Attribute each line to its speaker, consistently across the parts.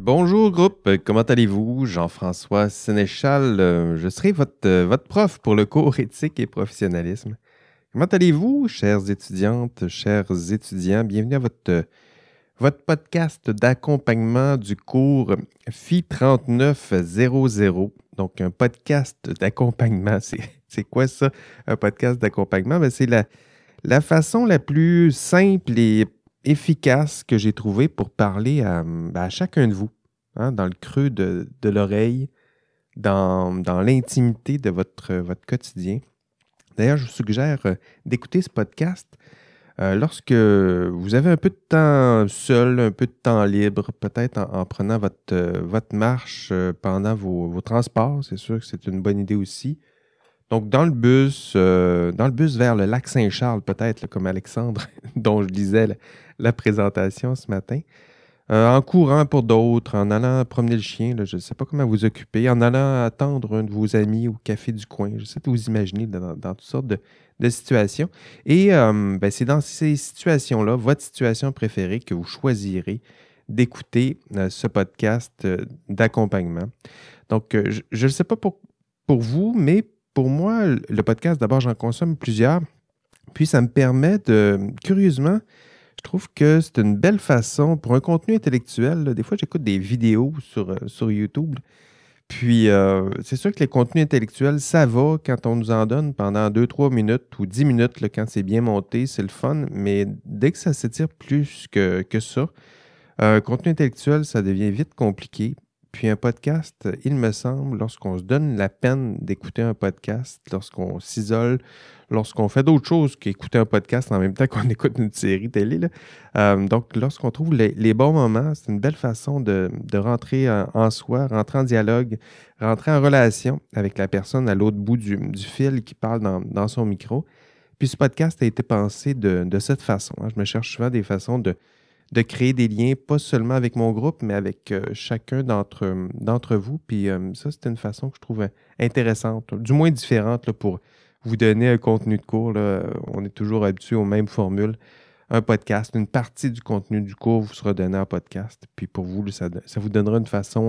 Speaker 1: Bonjour groupe, comment allez-vous? Jean-François Sénéchal, je serai votre prof pour le cours éthique et professionnalisme. Comment allez-vous, chères étudiantes, chers étudiants? Bienvenue à votre podcast d'accompagnement du cours FI 3900. Donc, un podcast d'accompagnement. C'est quoi ça, un podcast d'accompagnement? Ben, c'est la façon la plus simple et efficace que j'ai trouvée pour parler à chacun de vous, hein, dans le creux de l'oreille, dans l'intimité de votre quotidien. D'ailleurs, je vous suggère d'écouter ce podcast lorsque vous avez un peu de temps seul, un peu de temps libre, peut-être en prenant votre marche pendant vos transports. C'est sûr que c'est une bonne idée aussi. Donc, dans le bus vers le lac Saint-Charles, peut-être, là, comme Alexandre, dont je lisais la présentation ce matin. En courant pour d'autres, en allant promener le chien, là, je ne sais pas comment vous occuper, en allant attendre un de vos amis au café du coin. Je sais que vous imaginez dans toutes sortes de situations. Et c'est dans ces situations-là, votre situation préférée, que vous choisirez d'écouter ce podcast d'accompagnement. Donc, je ne sais pas pour vous, mais pour moi, le podcast, d'abord, j'en consomme plusieurs. Puis, ça me permet curieusement, je trouve que c'est une belle façon pour un contenu intellectuel. Là, des fois, j'écoute des vidéos sur YouTube. Puis, c'est sûr que les contenus intellectuels, ça va quand on nous en donne pendant 2-3 minutes ou 10 minutes, là, quand c'est bien monté, c'est le fun. Mais dès que ça s'étire plus que ça, contenu intellectuel, ça devient vite compliqué. Puis un podcast, il me semble, lorsqu'on se donne la peine d'écouter un podcast, lorsqu'on s'isole, lorsqu'on fait d'autres choses qu'écouter un podcast en même temps qu'on écoute une série télé, là. Donc, lorsqu'on trouve les bons moments, c'est une belle façon de rentrer en soi, rentrer en dialogue, rentrer en relation avec la personne à l'autre bout du fil qui parle dans son micro. Puis ce podcast a été pensé de cette façon, hein. Je me cherche souvent des façons de créer des liens, pas seulement avec mon groupe, mais avec chacun d'entre vous. Puis ça, c'est une façon que je trouve intéressante, du moins différente là, pour vous donner un contenu de cours. Là. On est toujours habitué aux mêmes formules. Un podcast, une partie du contenu du cours vous sera donné en podcast. Puis pour vous, là, ça vous donnera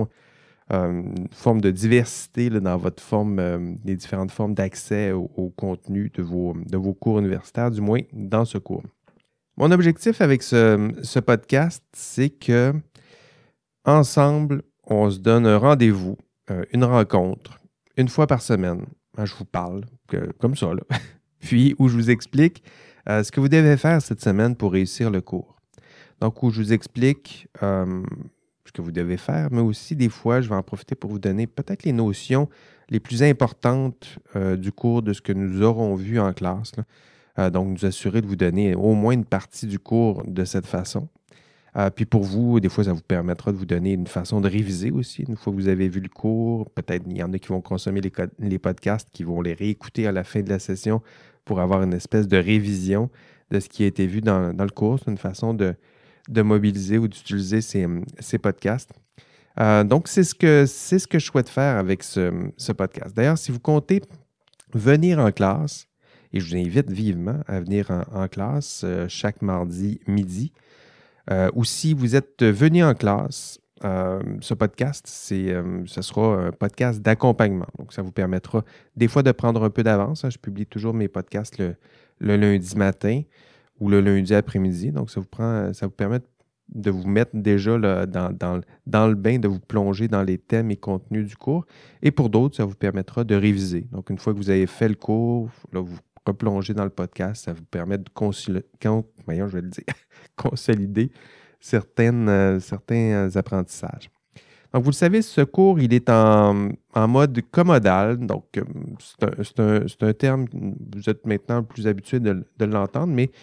Speaker 1: une forme de diversité là, dans votre forme, les différentes formes d'accès au contenu de vos cours universitaires, du moins dans ce cours. Mon objectif avec ce podcast, c'est que ensemble, on se donne un rendez-vous, une rencontre, une fois par semaine. Je vous parle comme ça, là. Puis, où je vous explique ce que vous devez faire cette semaine pour réussir le cours. Donc, où je vous explique ce que vous devez faire, mais aussi, des fois, je vais en profiter pour vous donner peut-être les notions les plus importantes du cours, de ce que nous aurons vu en classe, là. Donc, nous assurer de vous donner au moins une partie du cours de cette façon. Puis pour vous, des fois, ça vous permettra de vous donner une façon de réviser aussi. Une fois que vous avez vu le cours, peut-être il y en a qui vont consommer les podcasts, qui vont les réécouter à la fin de la session pour avoir une espèce de révision de ce qui a été vu dans le cours. C'est une façon de mobiliser ou d'utiliser ces podcasts. Donc, c'est ce que je souhaite faire avec ce podcast. D'ailleurs, si vous comptez venir en classe, et je vous invite vivement à venir en classe chaque mardi midi. Ou si vous êtes venu en classe, ce podcast, ce sera un podcast d'accompagnement. Donc, ça vous permettra des fois de prendre un peu d'avance, hein. Je publie toujours mes podcasts le lundi matin ou le lundi après-midi. Donc, ça vous permet de vous mettre déjà là, dans le bain, de vous plonger dans les thèmes et contenus du cours. Et pour d'autres, ça vous permettra de réviser. Donc, une fois que vous avez fait le cours, là, vous replonger dans le podcast, ça vous permet de consolider certains apprentissages. Donc, vous le savez, ce cours, il est en mode commodal. Donc, c'est un terme, vous êtes maintenant plus habitué de l'entendre, mais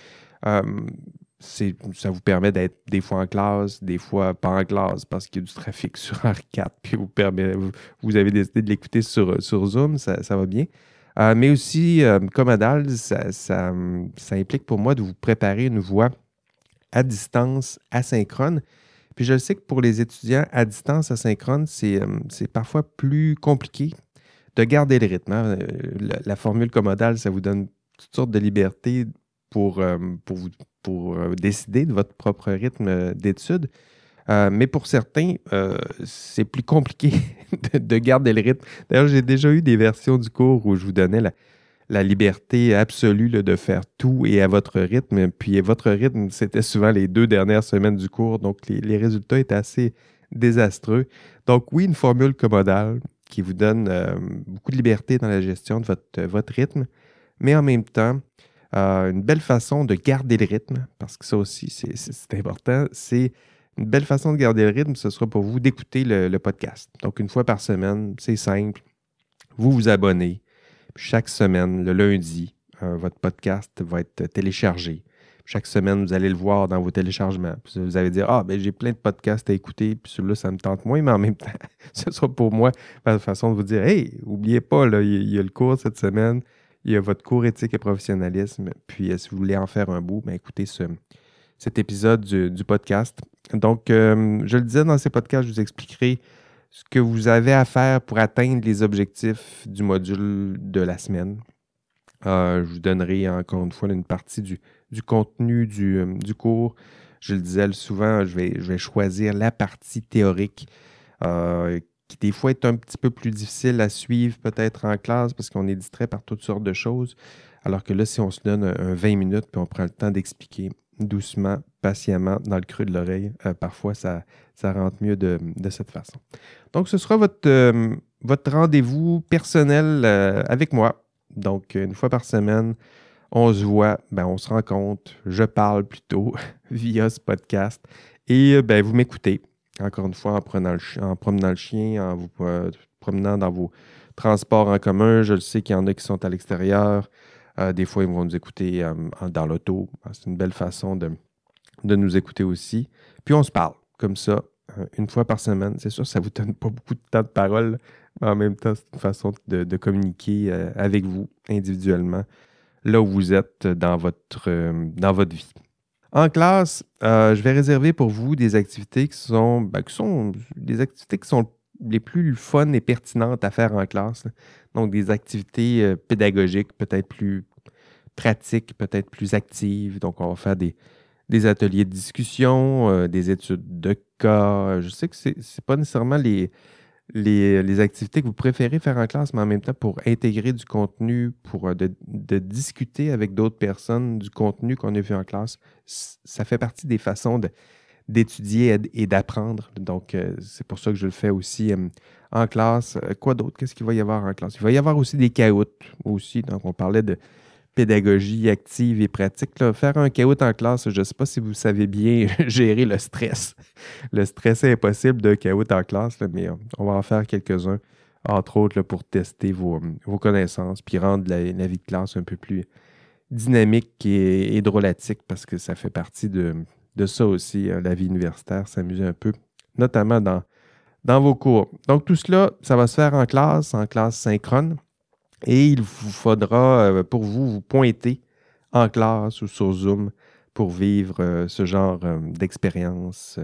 Speaker 1: ça vous permet d'être des fois en classe, des fois pas en classe parce qu'il y a du trafic sur R4, puis vous avez décidé de l'écouter sur Zoom, ça va bien. Mais aussi, commodal, ça implique pour moi de vous préparer une voie à distance asynchrone. Puis je le sais que pour les étudiants à distance asynchrone, c'est parfois plus compliqué de garder le rythme, hein. La formule commodale, ça vous donne toutes sortes de libertés pour décider de votre propre rythme d'études. Mais pour certains, c'est plus compliqué de garder le rythme. D'ailleurs, j'ai déjà eu des versions du cours où je vous donnais la liberté absolue là, de faire tout et à votre rythme. Puis votre rythme, c'était souvent les 2 dernières semaines du cours, donc les résultats étaient assez désastreux. Donc oui, une formule commodale qui vous donne beaucoup de liberté dans la gestion de votre rythme, mais en même temps, une belle façon de garder le rythme, parce que ça aussi, c'est important, c'est une belle façon de garder le rythme, ce sera pour vous d'écouter le podcast. Donc, une fois par semaine, c'est simple, vous vous abonnez. Chaque semaine, le lundi, votre podcast va être téléchargé. Chaque semaine, vous allez le voir dans vos téléchargements. Puis vous allez dire, j'ai plein de podcasts à écouter, puis celui-là, ça me tente moins, mais en même temps, ce sera pour moi la façon de vous dire, hey, n'oubliez pas, là, il y a le cours cette semaine, il y a votre cours éthique et professionnalisme. Puis si vous voulez en faire un bout, écoutez cet épisode du podcast. Donc, je le disais dans ces podcasts, je vous expliquerai ce que vous avez à faire pour atteindre les objectifs du module de la semaine. Je vous donnerai encore une fois une partie du contenu du cours. Je le disais souvent, je vais choisir la partie théorique qui des fois est un petit peu plus difficile à suivre peut-être en classe parce qu'on est distrait par toutes sortes de choses. Alors que là, si on se donne un 20 minutes puis on prend le temps d'expliquer doucement, patiemment, dans le creux de l'oreille, parfois ça rentre mieux de cette façon. Donc, ce sera votre rendez-vous personnel avec moi. Donc, une fois par semaine, on se voit, on se rencontre, je parle plutôt via ce podcast et vous m'écoutez. Encore une fois, en promenant le chien, en vous promenant dans vos transports en commun. Je le sais qu'il y en a qui sont à l'extérieur. Des fois, ils vont nous écouter dans l'auto. C'est une belle façon de nous écouter aussi. Puis, on se parle comme ça, une fois par semaine. C'est sûr, ça ne vous donne pas beaucoup de temps de parole, mais en même temps, c'est une façon de communiquer avec vous individuellement, là où vous êtes dans votre vie. En classe, je vais réserver pour vous des activités qui sont des activités qui sont les plus fun et pertinentes à faire en classe. Donc, des activités pédagogiques, peut-être plus pratiques, peut-être plus actives. Donc, on va faire des ateliers de discussion, des études de cas. Je sais que c'est pas nécessairement les activités que vous préférez faire en classe, mais en même temps, pour intégrer du contenu, pour de discuter avec d'autres personnes du contenu qu'on a vu en classe, ça fait partie des façons d'étudier et d'apprendre. Donc, c'est pour ça que je le fais aussi en classe. Quoi d'autre? Qu'est-ce qu'il va y avoir en classe? Il va y avoir aussi des caouts aussi. Donc, on parlait de pédagogie active et pratique. Là. Faire un caout en classe, je ne sais pas si vous savez bien gérer le stress. Le stress est impossible d'un caout en classe, là, mais on va en faire quelques-uns, entre autres, là, pour tester vos connaissances puis rendre la vie de classe un peu plus dynamique et drôlatique parce que ça fait partie de ça aussi, la vie universitaire, s'amuser un peu, notamment dans vos cours. Donc, tout cela, ça va se faire en classe synchrone. Et il vous faudra, pour vous pointer en classe ou sur Zoom pour vivre ce genre d'expérience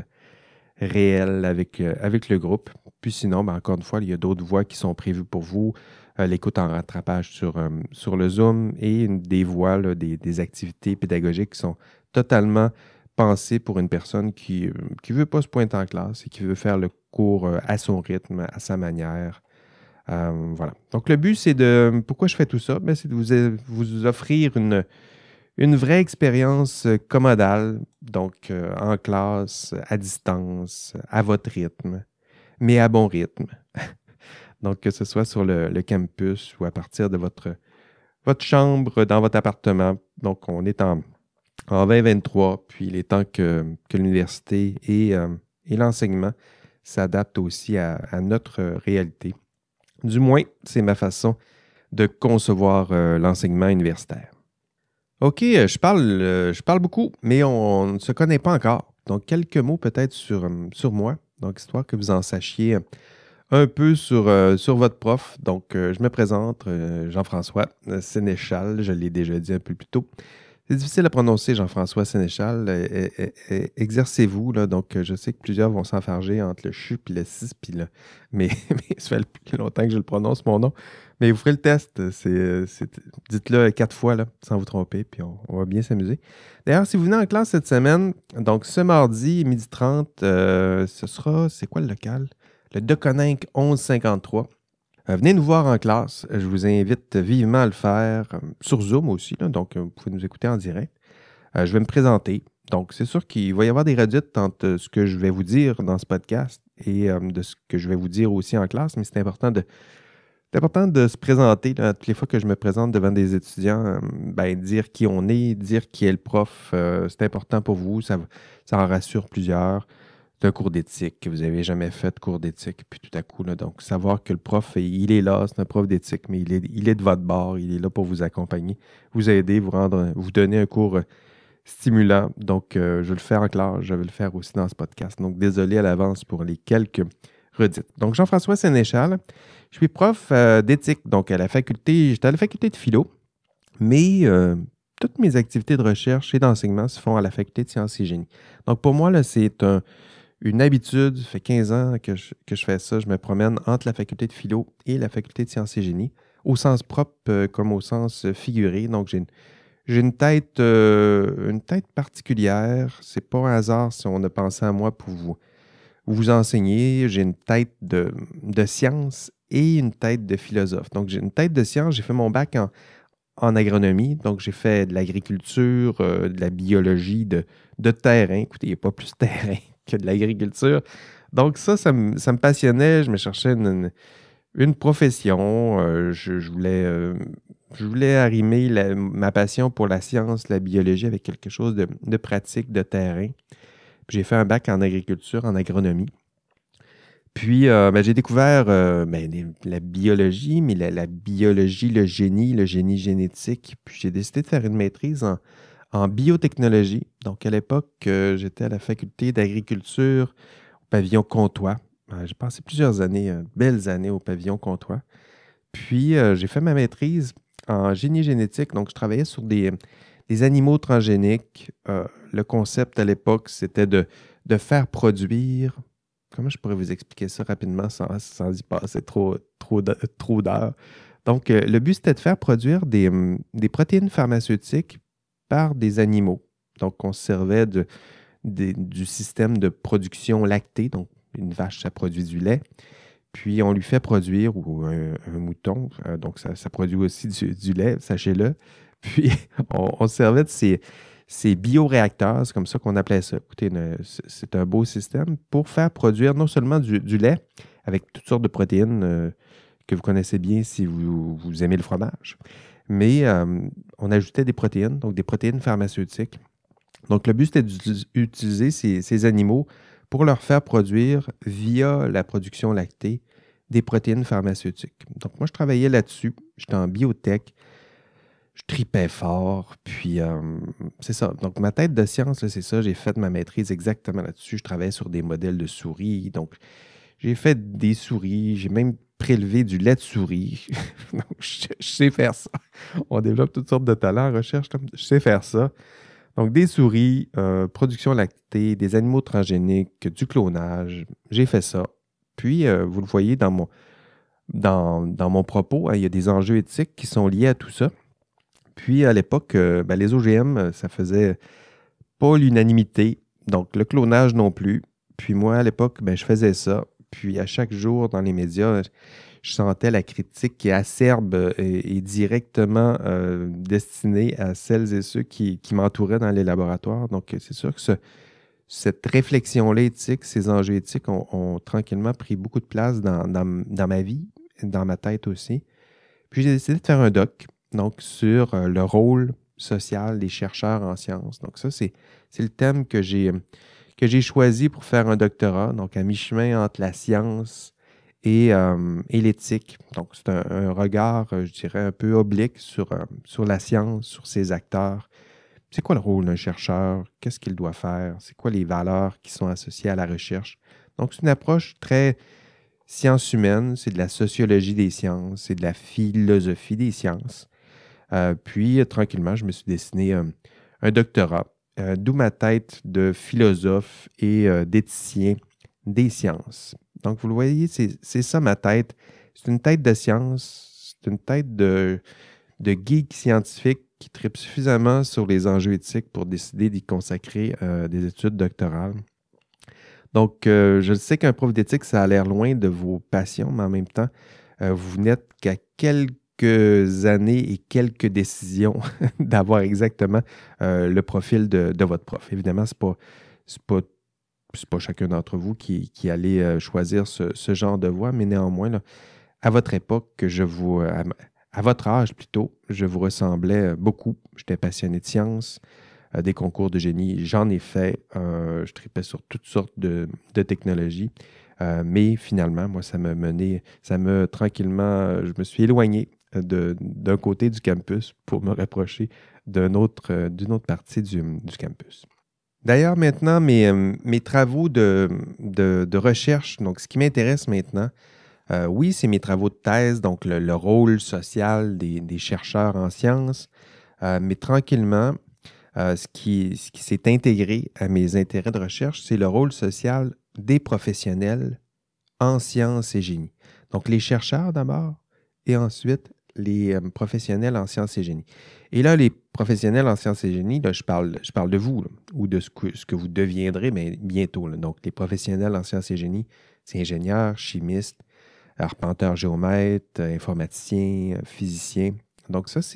Speaker 1: réelle avec le groupe. Puis sinon, encore une fois, il y a d'autres voies qui sont prévues pour vous. L'écoute en rattrapage sur le Zoom et des voies, là, des activités pédagogiques qui sont totalement pensées pour une personne qui ne veut pas se pointer en classe et qui veut faire le cours à son rythme, à sa manière. Voilà. Donc, le but, c'est pourquoi je fais tout ça? C'est de vous offrir une vraie expérience commodale, donc en classe, à distance, à votre rythme, mais à bon rythme. Donc, que ce soit sur le campus ou à partir de votre chambre, dans votre appartement. Donc, on est en 2023, puis il est temps que l'université et l'enseignement s'adaptent aussi à notre réalité. Du moins, c'est ma façon de concevoir l'enseignement universitaire. OK, je parle beaucoup, mais on ne se connaît pas encore. Donc, quelques mots peut-être sur moi, donc histoire que vous en sachiez un peu sur votre prof. Donc, je me présente, Jean-François Sénéchal, je l'ai déjà dit un peu plus tôt. C'est difficile à prononcer, Jean-François Sénéchal. Exercez-vous, là. Donc, je sais que plusieurs vont s'enfarger entre le CHU puis le CIS, puis le... Mais ça fait le plus longtemps que je le prononce, mon nom. Mais vous ferez le test. Dites-le 4 fois, là, sans vous tromper, puis on va bien s'amuser. D'ailleurs, si vous venez en classe cette semaine, donc ce mardi, 12h30, ce sera... C'est quoi le local? Le Deconinck 1153. Venez nous voir en classe. Je vous invite vivement à le faire sur Zoom aussi. Là, donc, vous pouvez nous écouter en direct. Je vais me présenter. Donc, c'est sûr qu'il va y avoir des redites entre ce que je vais vous dire dans ce podcast et de ce que je vais vous dire aussi en classe, mais c'est important de se présenter. Là, toutes les fois que je me présente devant des étudiants, dire qui on est, dire qui est le prof, c'est important pour vous. Ça en rassure plusieurs. C'est un cours d'éthique, que vous n'avez jamais fait de cours d'éthique, puis tout à coup, là, donc savoir que le prof, il est là, c'est un prof d'éthique, mais il est de votre bord, il est là pour vous accompagner, vous aider, vous donner un cours stimulant. Donc, je vais le faire en classe, je vais le faire aussi dans ce podcast. Donc, désolé à l'avance pour les quelques redites. Donc, Jean-François Sénéchal, je suis prof d'éthique, donc j'étais à la faculté de philo, mais toutes mes activités de recherche et d'enseignement se font à la faculté de sciences et génie. Donc, pour moi, là, c'est une habitude. Ça fait 15 ans que je fais ça. Je me promène entre la faculté de philo et la faculté de sciences et génie, au sens propre comme au sens figuré. Donc, j'ai une tête particulière. C'est pas un hasard si on a pensé à moi pour vous enseigner. J'ai une tête de science et une tête de philosophe. Donc, j'ai une tête de science. J'ai fait mon bac en agronomie. Donc, j'ai fait de l'agriculture, de la biologie de terrain. Écoutez, il n'y a pas plus de terrain que de l'agriculture. Donc, ça me passionnait. Je me cherchais une profession. Je voulais arrimer ma passion pour la science, la biologie avec quelque chose de pratique, de terrain. Puis j'ai fait un bac en agriculture, en agronomie. Puis, j'ai découvert la biologie, mais la biologie, le génie génétique. Puis, j'ai décidé de faire une maîtrise en biotechnologie. Donc, à l'époque, j'étais à la faculté d'agriculture au pavillon Comtois. J'ai passé plusieurs années, belles années au pavillon Comtois. Puis, j'ai fait ma maîtrise en génie génétique. Donc, je travaillais sur des animaux transgéniques. Le concept à l'époque, c'était de faire produire... Comment je pourrais vous expliquer ça rapidement sans y passer trop d'heures? Donc, le but, c'était de faire produire des protéines pharmaceutiques par des animaux. Donc, on se servait du système de production lactée. Donc, une vache, ça produit du lait. Puis, on lui fait produire, ou un mouton, donc ça produit aussi du lait, sachez-le. Puis, on se servait de ces bioréacteurs, c'est comme ça qu'on appelait ça. Écoutez, c'est un beau système pour faire produire non seulement du lait avec toutes sortes de protéines que vous connaissez bien si vous aimez le fromage, mais on ajoutait des protéines, donc des protéines pharmaceutiques. Donc, le but, c'était d'utiliser ces animaux pour leur faire produire, via la production lactée, des protéines pharmaceutiques. Donc, moi, je travaillais là-dessus. J'étais en biotech. Je tripais fort, puis c'est ça. Donc, ma tête de science, là, c'est ça. J'ai fait ma maîtrise exactement là-dessus. Je travaillais sur des modèles de souris. Donc, j'ai fait des souris. J'ai même prélevé du lait de souris. Donc, je sais faire ça. On développe toutes sortes de talents en recherche. Je sais faire ça. Donc, des souris, production lactée, des animaux transgéniques, du clonage. J'ai fait ça. Puis, vous le voyez dans mon propos, hein, il y a des enjeux éthiques qui sont liés à tout ça. Puis, à l'époque, les OGM, ça faisait pas l'unanimité. Donc, le clonage non plus. Puis moi, à l'époque, je faisais ça. Puis, à chaque jour, dans les médias, je sentais la critique qui est acerbe et directement destinée à celles et ceux qui m'entouraient dans les laboratoires. Donc, c'est sûr que cette réflexion-là éthique, ces enjeux éthiques ont tranquillement pris beaucoup de place dans ma vie, dans ma tête aussi. Puis, j'ai décidé de faire un doc. Donc, sur le rôle social des chercheurs en sciences. Donc, ça, c'est le thème que j'ai choisi pour faire un doctorat, donc à mi-chemin entre la science et l'éthique. Donc, c'est un regard, je dirais, un peu oblique sur la science, sur ses acteurs. C'est quoi le rôle d'un chercheur? Qu'est-ce qu'il doit faire? C'est quoi les valeurs qui sont associées à la recherche? Donc, c'est une approche très sciences humaines, c'est de la sociologie des sciences, c'est de la philosophie des sciences. Puis, tranquillement, je me suis dessiné un doctorat, d'où ma tête de philosophe et d'éthicien des sciences. Donc, vous le voyez, c'est ça ma tête. C'est une tête de science, c'est une tête de geek scientifique qui tripe suffisamment sur les enjeux éthiques pour décider d'y consacrer des études doctorales. Donc, je sais qu'un prof d'éthique, ça a l'air loin de vos passions, mais en même temps, vous n'êtes qu'à quelques années et quelques décisions d'avoir exactement le profil de votre prof. Évidemment, c'est pas chacun d'entre vous qui allez choisir ce genre de voie, mais néanmoins, là, à votre époque, à votre âge plutôt, je vous ressemblais beaucoup. J'étais passionné de sciences, des concours de génie. J'en ai fait. Je tripais sur toutes sortes de technologies. Mais finalement, moi, tranquillement, je me suis éloigné d'un côté du campus pour me rapprocher d'une autre partie du campus. D'ailleurs, maintenant, mes travaux de recherche, donc ce qui m'intéresse maintenant, oui, c'est mes travaux de thèse, donc le rôle social des chercheurs en sciences, mais tranquillement, ce qui s'est intégré à mes intérêts de recherche, c'est le rôle social des professionnels en sciences et génie. Donc, les chercheurs d'abord et ensuite les professionnels en sciences et génie. Et là, les professionnels en sciences et génie, là, je parle de vous là, ou de ce que vous deviendrez mais bientôt. Là. Donc, les professionnels en sciences et génie, c'est ingénieurs, chimistes, arpenteurs géomètres, informaticiens, physiciens. Donc, ça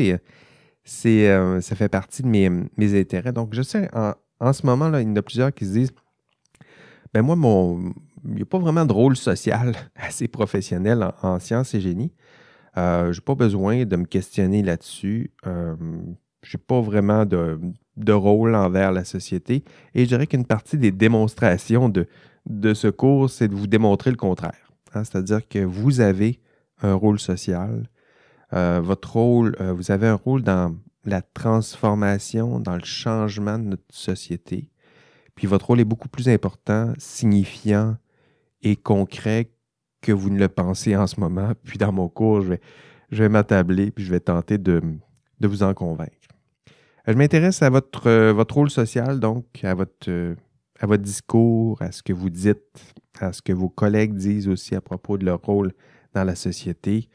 Speaker 1: fait partie de mes intérêts. Donc, je sais, en ce moment, là, il y en a plusieurs qui se disent, ben moi, il n'y a pas vraiment de rôle social assez professionnel en sciences et génie. Je n'ai pas besoin de me questionner là-dessus. Je n'ai pas vraiment de rôle envers la société. Et je dirais qu'une partie des démonstrations de ce cours, c'est de vous démontrer le contraire. Hein? C'est-à-dire que vous avez un rôle social. Votre rôle, vous avez un rôle dans la transformation, dans le changement de notre société. Puis votre rôle est beaucoup plus important, signifiant et concret que vous ne le pensez en ce moment. Puis dans mon cours, je vais m'attabler puis je vais tenter de vous en convaincre. Je m'intéresse à votre rôle social, donc à votre discours, à ce que vous dites, à ce que vos collègues disent aussi à propos de leur rôle dans la société.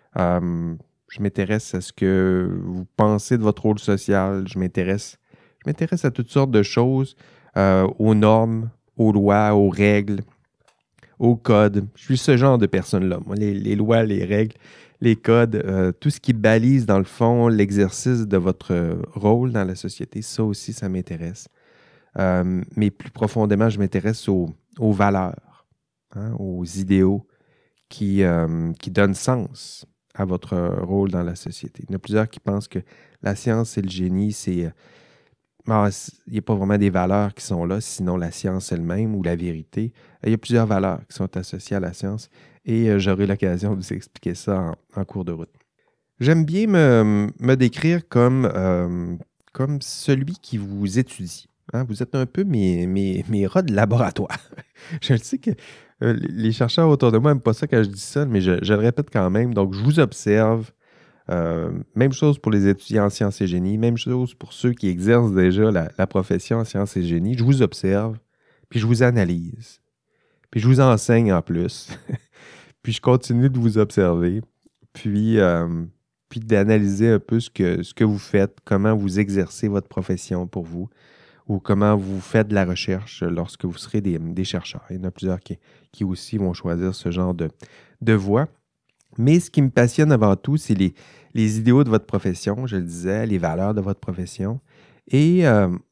Speaker 1: Je m'intéresse à ce que vous pensez de votre rôle social. Je m'intéresse à toutes sortes de choses, aux normes, aux lois, aux règles, aux codes. Je suis ce genre de personne-là. Moi, les lois, les règles, les codes, tout ce qui balise, dans le fond, l'exercice de votre rôle dans la société, ça aussi, ça m'intéresse. Mais plus profondément, je m'intéresse aux valeurs, hein, aux idéaux qui donnent sens à votre rôle dans la société. Il y en a plusieurs qui pensent que la science et le génie, il n'y a pas vraiment des valeurs qui sont là, sinon la science elle-même ou la vérité. Il y a plusieurs valeurs qui sont associées à la science et j'aurai l'occasion de vous expliquer ça en cours de route. J'aime bien me décrire comme celui qui vous étudie. Hein? Vous êtes un peu mes rats de laboratoire. Je sais que les chercheurs autour de moi n'aiment pas ça quand je dis ça, mais je le répète quand même. Donc, je vous observe. Même chose pour les étudiants en sciences et génie, même chose pour ceux qui exercent déjà la profession en sciences et génie. Je vous observe, puis je vous analyse, puis je vous enseigne en plus, puis je continue de vous observer, puis d'analyser un peu ce que vous faites, comment vous exercez votre profession pour vous, ou comment vous faites de la recherche lorsque vous serez des chercheurs. Il y en a plusieurs qui aussi vont choisir ce genre de voie. Mais ce qui me passionne avant tout, c'est les idéaux de votre profession, je le disais, les valeurs de votre profession. Et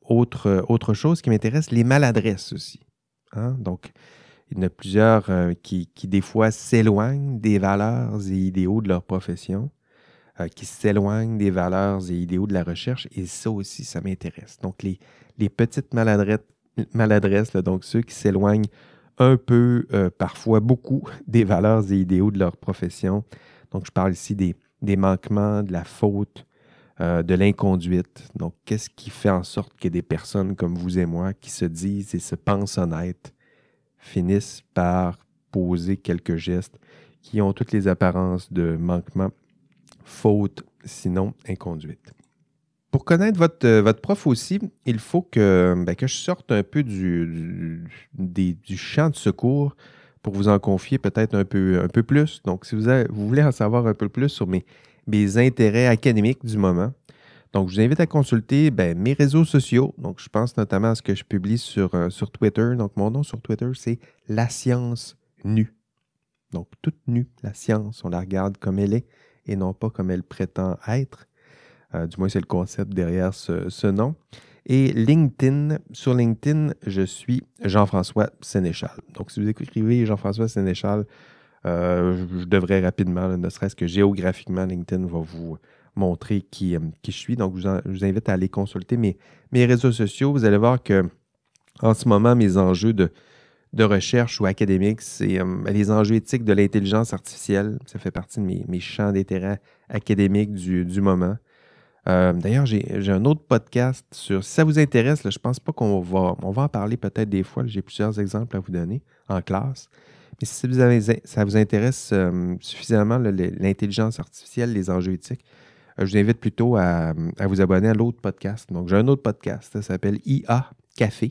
Speaker 1: autre chose qui m'intéresse, les maladresses aussi. Hein? Donc, il y en a plusieurs qui des fois s'éloignent des valeurs et idéaux de leur profession, qui s'éloignent des valeurs et idéaux de la recherche. Et ça aussi, ça m'intéresse. Donc, les petites maladresses, là, donc ceux qui s'éloignent un peu, parfois beaucoup, des valeurs et idéaux de leur profession. Donc, je parle ici des manquements, de la faute, de l'inconduite. Donc, qu'est-ce qui fait en sorte que des personnes comme vous et moi, qui se disent et se pensent honnêtes, finissent par poser quelques gestes qui ont toutes les apparences de manquement, faute sinon inconduite. Pour connaître votre prof aussi, il faut que je sorte un peu du champ de secours pour vous en confier peut-être un peu plus. Donc, si vous voulez en savoir un peu plus sur mes intérêts académiques du moment, donc je vous invite à consulter mes réseaux sociaux. Donc, je pense notamment à ce que je publie sur Twitter. Donc, mon nom sur Twitter, c'est La Science Nue. Donc, toute nue, la science, on la regarde comme elle est et non pas comme elle prétend être. Du moins, c'est le concept derrière ce nom. Et LinkedIn, sur LinkedIn, je suis Jean-François Sénéchal. Donc, si vous écrivez Jean-François Sénéchal, je devrais rapidement, ne serait-ce que géographiquement, LinkedIn va vous montrer qui je suis. Donc, je vous invite à aller consulter mes réseaux sociaux. Vous allez voir que en ce moment, mes enjeux de recherche ou académique, c'est les enjeux éthiques de l'intelligence artificielle. Ça fait partie de mes champs d'intérêt académiques du moment. D'ailleurs, j'ai un autre podcast sur, si ça vous intéresse, là, je ne pense pas on va en parler peut-être des fois. J'ai plusieurs exemples à vous donner en classe. Mais si ça vous intéresse suffisamment, l'intelligence artificielle, les enjeux éthiques, je vous invite plutôt à vous abonner à l'autre podcast. Donc, j'ai un autre podcast, ça s'appelle IA Café,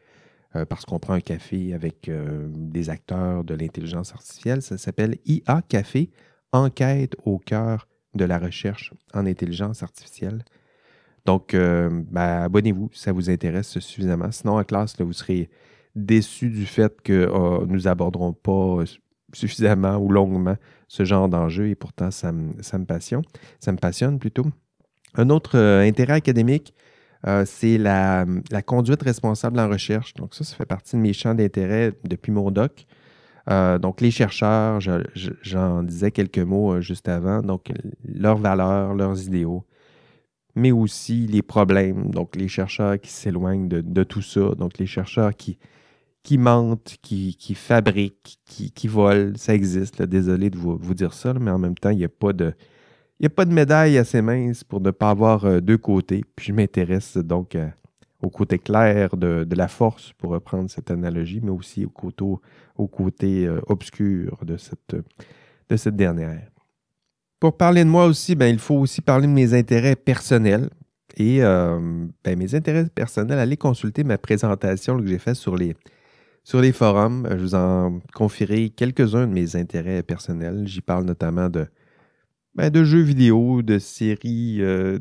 Speaker 1: parce qu'on prend un café avec des acteurs de l'intelligence artificielle. Ça s'appelle IA Café, enquête au cœur de la recherche en intelligence artificielle. Donc, abonnez-vous si ça vous intéresse suffisamment. Sinon, en classe, là, vous serez déçus du fait que nous n'aborderons pas suffisamment ou longuement ce genre d'enjeu et pourtant, ça me passionne. Ça me passionne plutôt. Un autre intérêt académique, c'est la conduite responsable en recherche. Donc, ça fait partie de mes champs d'intérêt depuis mon doc. Donc, les chercheurs, j'en disais quelques mots juste avant, donc leurs valeurs, leurs idéaux, mais aussi les problèmes, donc les chercheurs qui s'éloignent de tout ça, donc les chercheurs qui mentent, qui fabriquent, qui volent, ça existe, là, désolé de vous dire ça, là, mais en même temps, il n'y a pas de médaille assez mince pour ne pas avoir deux côtés, puis je m'intéresse donc au côté clair de la force, pour reprendre cette analogie, mais aussi au côté obscur de cette dernière. Pour parler de moi aussi, il faut aussi parler de mes intérêts personnels. Et mes intérêts personnels, allez consulter ma présentation que j'ai faite sur les forums. Je vous en confierai quelques-uns de mes intérêts personnels. J'y parle notamment de jeux vidéo, de séries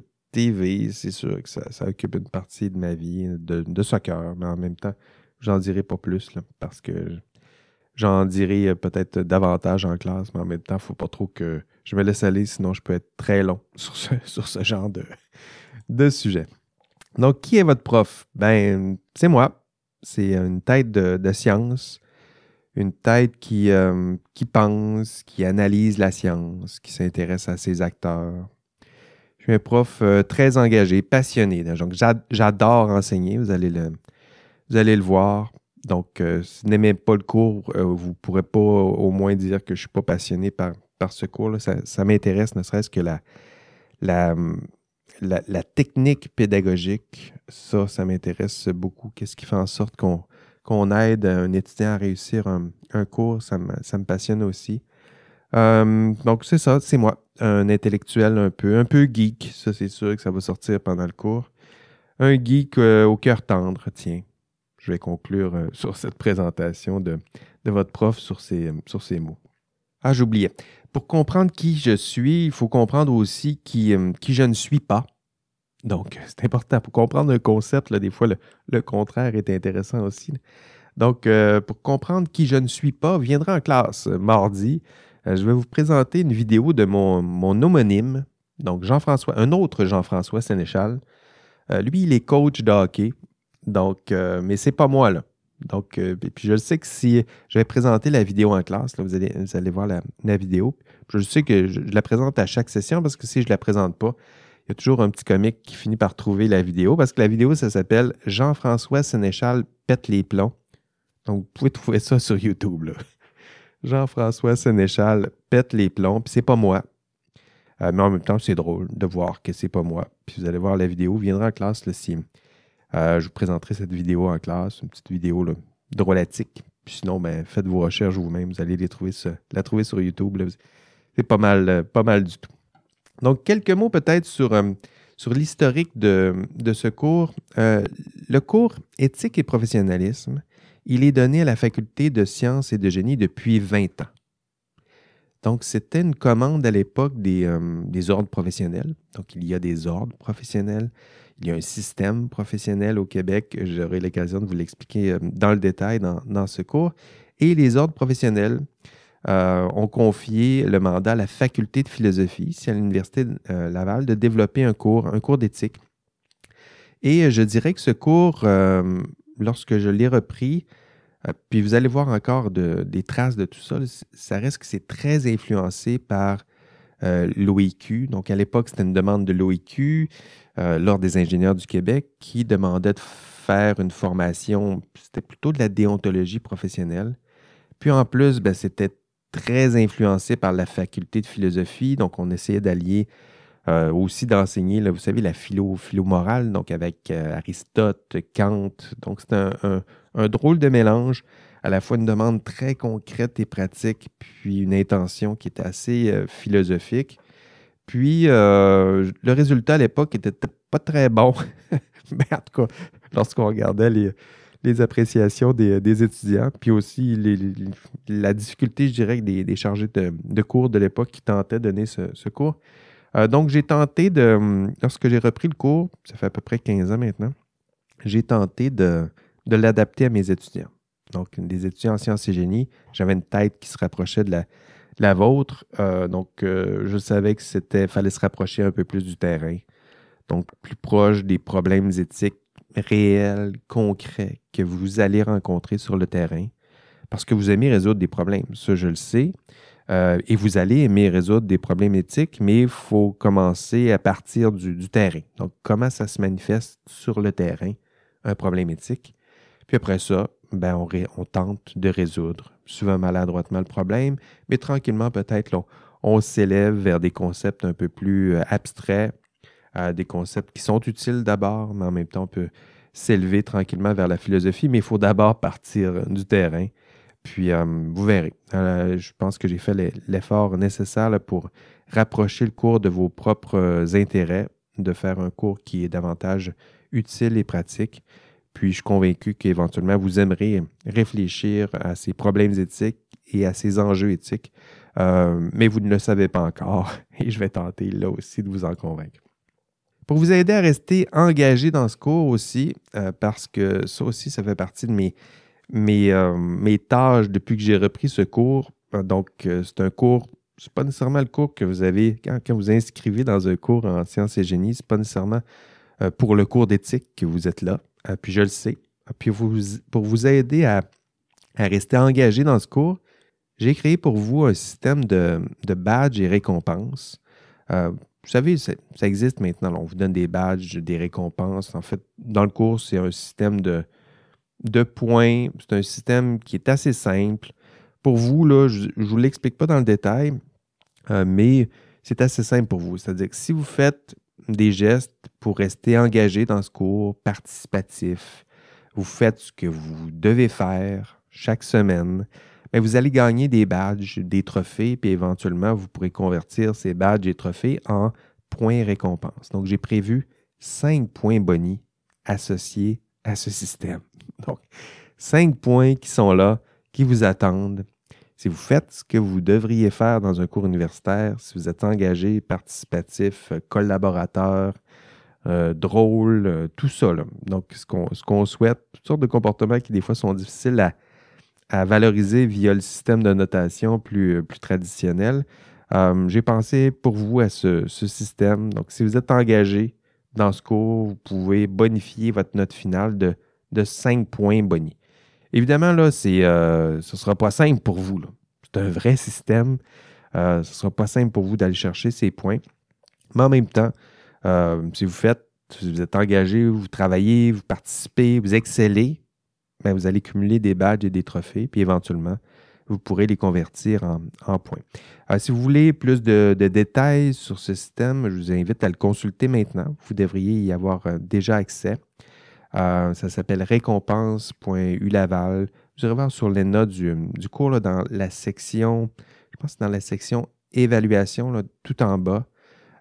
Speaker 1: TV, c'est sûr que ça occupe une partie de ma vie, de soccer, mais en même temps, j'en dirai pas plus, là, parce que j'en dirai peut-être davantage en classe, mais en même temps, il ne faut pas trop que je me laisse aller, sinon je peux être très long sur ce genre de sujet. Donc, qui est votre prof? C'est moi. C'est une tête de science, une tête qui pense, qui analyse la science, qui s'intéresse à ses acteurs. Je suis un prof très engagé, passionné. Donc, j'adore enseigner, vous allez le voir. Donc, si vous n'aimez pas le cours, vous ne pourrez pas au moins dire que je ne suis pas passionné par ce cours-là. Ça m'intéresse, ne serait-ce que la technique pédagogique. Ça m'intéresse beaucoup. Qu'est-ce qui fait en sorte qu'on aide un étudiant à réussir un cours? Ça me passionne aussi. Donc, c'est ça, c'est moi. Un intellectuel un peu geek. Ça, c'est sûr que ça va sortir pendant le cours. Un geek au cœur tendre, tiens. Je vais conclure sur cette présentation de votre prof sur ces mots. Ah, j'oubliais. Pour comprendre qui je suis, il faut comprendre aussi qui je ne suis pas. Donc, c'est important. Pour comprendre un concept, là, des fois, le contraire est intéressant aussi. Donc, pour comprendre qui je ne suis pas, viendra en classe mardi. Je vais vous présenter une vidéo de mon homonyme, donc un autre Jean-François Sénéchal. Lui, il est coach de hockey. Donc, mais c'est pas moi, là. Donc, puis je sais que si je vais présenter la vidéo en classe, là, vous allez voir la vidéo. Je sais que je la présente à chaque session parce que si je ne la présente pas, il y a toujours un petit comique qui finit par trouver la vidéo parce que la vidéo, ça s'appelle Jean-François Sénéchal pète les plombs. Donc, vous pouvez trouver ça sur YouTube, là. Jean-François Sénéchal pète les plombs, puis c'est pas moi. Mais en même temps, c'est drôle de voir que c'est pas moi. Puis vous allez voir la vidéo, viendra en classe là, si je vous présenterai cette vidéo en classe, une petite vidéo là, drôlatique. Puis sinon, faites vos recherches vous-même, vous allez la trouver sur YouTube. Là. C'est pas mal du tout. Donc, quelques mots peut-être sur l'historique de ce cours. Le cours Éthique et professionnalisme, il est donné à la Faculté de sciences et de génie depuis 20 ans. Donc, c'était une commande à l'époque des ordres professionnels. Donc, il y a des ordres professionnels. Il y a un système professionnel au Québec. J'aurai l'occasion de vous l'expliquer dans le détail dans ce cours. Et les ordres professionnels ont confié le mandat à la Faculté de philosophie, ici à l'Université Laval, de développer un cours d'éthique. Et je dirais que ce cours, lorsque je l'ai repris, puis vous allez voir encore des traces de tout ça, ça reste que c'est très influencé par l'OIQ. Donc, à l'époque, c'était une demande de l'OIQ, l'Ordre des ingénieurs du Québec, qui demandait de faire une formation, c'était plutôt de la déontologie professionnelle. Puis en plus, ben, c'était très influencé par la faculté de philosophie. Donc, on essayait d'allier aussi d'enseigner, là, vous savez, la philo-morale, donc avec Aristote, Kant. Donc, c'est un drôle de mélange, à la fois une demande très concrète et pratique, puis une intention qui était assez philosophique. Puis, le résultat à l'époque était pas très bon. Mais en tout cas, lorsqu'on regardait les appréciations des étudiants, puis aussi la difficulté, je dirais, des chargés de cours de l'époque qui tentaient de donner ce cours. Donc, j'ai tenté lorsque j'ai repris le cours, ça fait à peu près 15 ans maintenant, j'ai tenté de l'adapter à mes étudiants. Donc, des étudiants en sciences et génie, j'avais une tête qui se rapprochait de la vôtre. Donc, je savais que fallait se rapprocher un peu plus du terrain. Donc, plus proche des problèmes éthiques réels, concrets que vous allez rencontrer sur le terrain. Parce que vous aimez résoudre des problèmes, ça je le sais. Et vous allez aimer résoudre des problèmes éthiques, mais il faut commencer à partir du terrain. Donc, comment ça se manifeste sur le terrain, un problème éthique. Puis après ça, ben, on tente de résoudre, souvent maladroitement le problème, mais tranquillement peut-être, là, on s'élève vers des concepts un peu plus abstraits, des concepts qui sont utiles d'abord, mais en même temps, on peut s'élever tranquillement vers la philosophie, mais il faut d'abord partir du terrain. Puis, vous verrez. Je pense que j'ai fait l'effort nécessaire là, pour rapprocher le cours de vos propres intérêts, de faire un cours qui est davantage utile et pratique. Puis, je suis convaincu qu'éventuellement, vous aimerez réfléchir à ces problèmes éthiques et à ces enjeux éthiques, mais vous ne le savez pas encore et je vais tenter là aussi de vous en convaincre. Pour vous aider à rester engagé dans ce cours aussi, parce que ça aussi, ça fait partie de mes tâches depuis que j'ai repris ce cours. Donc, c'est un cours, c'est pas nécessairement le cours que vous avez quand vous inscrivez dans un cours en sciences et génie, c'est pas nécessairement pour le cours d'éthique que vous êtes là. Puis je le sais. Puis pour vous aider à rester engagé dans ce cours, j'ai créé pour vous un système de badges et récompenses. Vous savez, ça existe maintenant. Là, on vous donne des badges, des récompenses. En fait, dans le cours, c'est un système de points. C'est un système qui est assez simple. Pour vous, là, je ne vous l'explique pas dans le détail, mais c'est assez simple pour vous. C'est-à-dire que si vous faites des gestes pour rester engagé dans ce cours participatif, vous faites ce que vous devez faire chaque semaine, bien, vous allez gagner des badges, des trophées, puis éventuellement, vous pourrez convertir ces badges et trophées en points récompenses. Donc, j'ai prévu 5 points boni associés à ce système. Donc, 5 points qui sont là, qui vous attendent. Si vous faites ce que vous devriez faire dans un cours universitaire, si vous êtes engagé, participatif, collaborateur, drôle, tout ça. Là. Donc, ce qu'on souhaite, toutes sortes de comportements qui, des fois, sont difficiles à valoriser via le système de notation plus traditionnel. J'ai pensé pour vous à ce système. Donc, si vous êtes engagé dans ce cours, vous pouvez bonifier votre note finale de 5 points boni. Évidemment, là, ce ne sera pas simple pour vous. Là. C'est un vrai système. Ce ne sera pas simple pour vous d'aller chercher ces points. Mais en même temps, si vous êtes engagé, vous travaillez, vous participez, vous excellez, bien, vous allez cumuler des badges et des trophées, puis éventuellement, vous pourrez les convertir en points. Si vous voulez plus de détails sur ce système, je vous invite à le consulter maintenant. Vous devriez y avoir déjà accès. Ça s'appelle récompense.ulaval. Vous irez voir sur les notes du cours là, dans la section, je pense que c'est dans la section évaluation, là, tout en bas.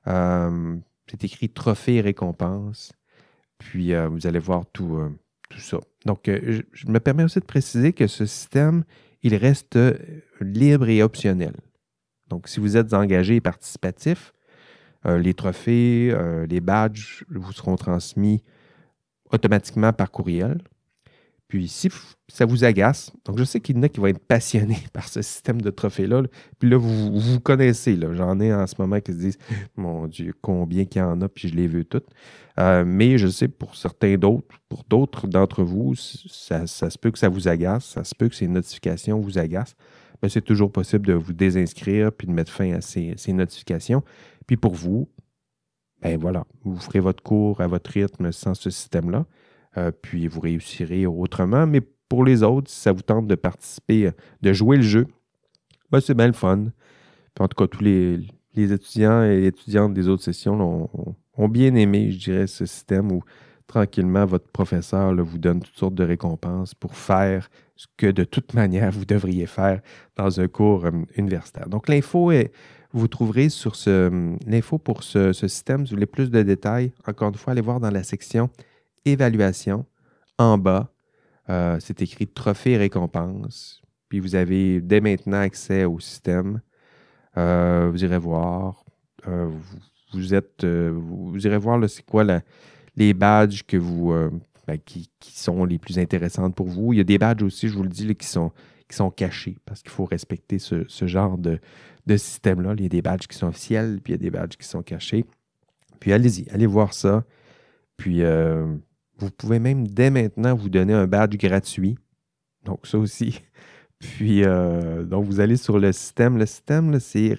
Speaker 1: C'est écrit trophée et récompense. Puis, vous allez voir tout ça. Donc, je me permets aussi de préciser que ce système, il reste libre et optionnel. Donc, si vous êtes engagé et participatif, les trophées, les badges vous seront transmis automatiquement par courriel. Puis, si ça vous agace, donc je sais qu'il y en a qui vont être passionnés par ce système de trophées-là. Puis là, vous connaissez, là. J'en ai en ce moment qui se disent « Mon Dieu, combien qu'il y en a, puis je les veux toutes. » Mais je sais pour d'autres d'entre vous, ça se peut que ça vous agace, ça se peut que ces notifications vous agacent. Mais c'est toujours possible de vous désinscrire puis de mettre fin à ces notifications. Puis pour vous, ben voilà, vous ferez votre cours à votre rythme sans ce système-là. Puis vous réussirez autrement. Mais pour les autres, si ça vous tente de participer, de jouer le jeu, ben c'est bien le fun. Puis en tout cas, tous les étudiants et étudiantes des autres sessions ont bien aimé, je dirais, ce système où tranquillement, votre professeur là, vous donne toutes sortes de récompenses pour faire ce que de toute manière vous devriez faire dans un cours universitaire. Donc, vous trouverez sur l'info pour ce système. Si vous voulez plus de détails, encore une fois, allez voir dans la section évaluation. En bas, c'est écrit trophée et récompense. Puis vous avez dès maintenant accès au système. Vous irez voir. Vous irez voir là, c'est quoi les badges que qui sont les plus intéressantes pour vous. Il y a des badges aussi, je vous le dis, là, qui sont cachés parce qu'il faut respecter ce genre de système-là. Il y a des badges qui sont officiels, puis il y a des badges qui sont cachés. Puis allez-y, allez voir ça. Puis vous pouvez même dès maintenant vous donner un badge gratuit. Donc ça aussi. Puis donc vous allez sur le système. Le système, là, c'est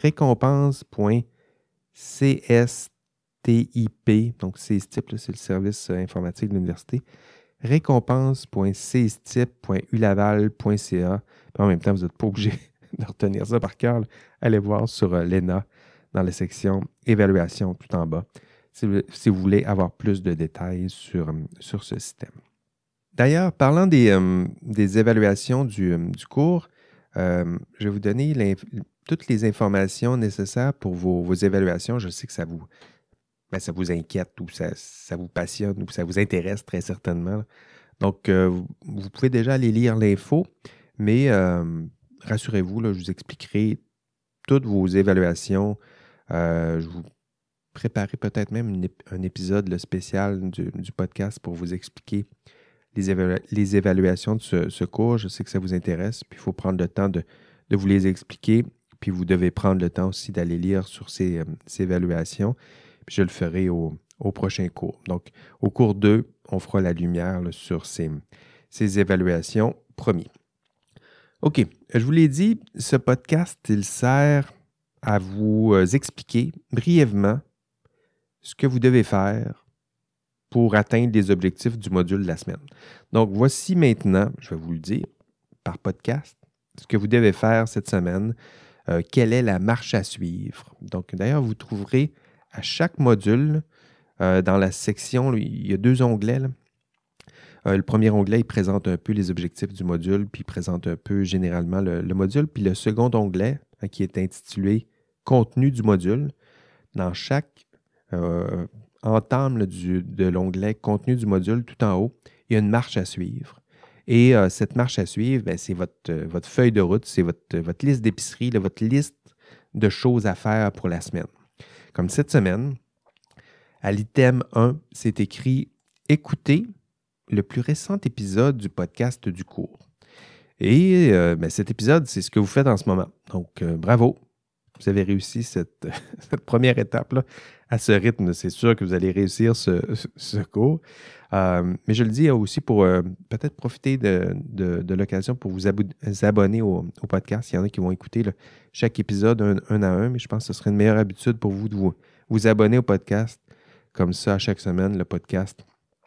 Speaker 1: récompense.cstip. Donc CSTIP, là, c'est le service informatique de l'université. Récompense.cstip.ulaval.ca. En même temps, vous n'êtes pas obligé de retenir ça par cœur. Là. Allez voir sur l'ENA dans la section évaluation tout en bas si vous voulez avoir plus de détails sur ce système. D'ailleurs, parlant des évaluations du cours, je vais vous donner toutes les informations nécessaires pour vos évaluations. Je sais que ça vous inquiète ou ça vous passionne ou ça vous intéresse très certainement. Donc, vous pouvez déjà aller lire l'info, mais rassurez-vous, là, je vous expliquerai toutes vos évaluations. Je vous préparerai peut-être même un épisode spécial du podcast pour vous expliquer les évaluations de ce cours. Je sais que ça vous intéresse, puis il faut prendre le temps de vous les expliquer, puis vous devez prendre le temps aussi d'aller lire sur ces évaluations. Puis je le ferai au prochain cours. Donc, au cours 2, on fera la lumière là, sur ces évaluations, promis. OK, je vous l'ai dit, ce podcast, il sert à vous expliquer brièvement ce que vous devez faire pour atteindre les objectifs du module de la semaine. Donc, voici maintenant, je vais vous le dire, par podcast, ce que vous devez faire cette semaine, quelle est la marche à suivre. Donc, d'ailleurs, vous trouverez à chaque module, dans la section, il y a 2 onglets. Là. Le premier onglet, il présente un peu les objectifs du module, puis il présente un peu généralement le module. Puis le second onglet, qui est intitulé « Contenu du module », dans chaque entame là, de l'onglet « Contenu du module », tout en haut, il y a une marche à suivre. Et cette marche à suivre, ben, c'est votre feuille de route, c'est votre liste d'épicerie, votre liste de choses à faire pour la semaine. Comme cette semaine, à l'item 1, c'est écrit « Écoutez le plus récent épisode du podcast du cours ». Et cet épisode, c'est ce que vous faites en ce moment. Donc, bravo, vous avez réussi cette première étape-là. À ce rythme, c'est sûr que vous allez réussir ce cours. Mais je le dis aussi pour peut-être profiter de l'occasion pour vous abonner au podcast. Il y en a qui vont écouter chaque épisode un à un, mais je pense que ce serait une meilleure habitude pour vous de vous abonner au podcast. Comme ça, à chaque semaine, le podcast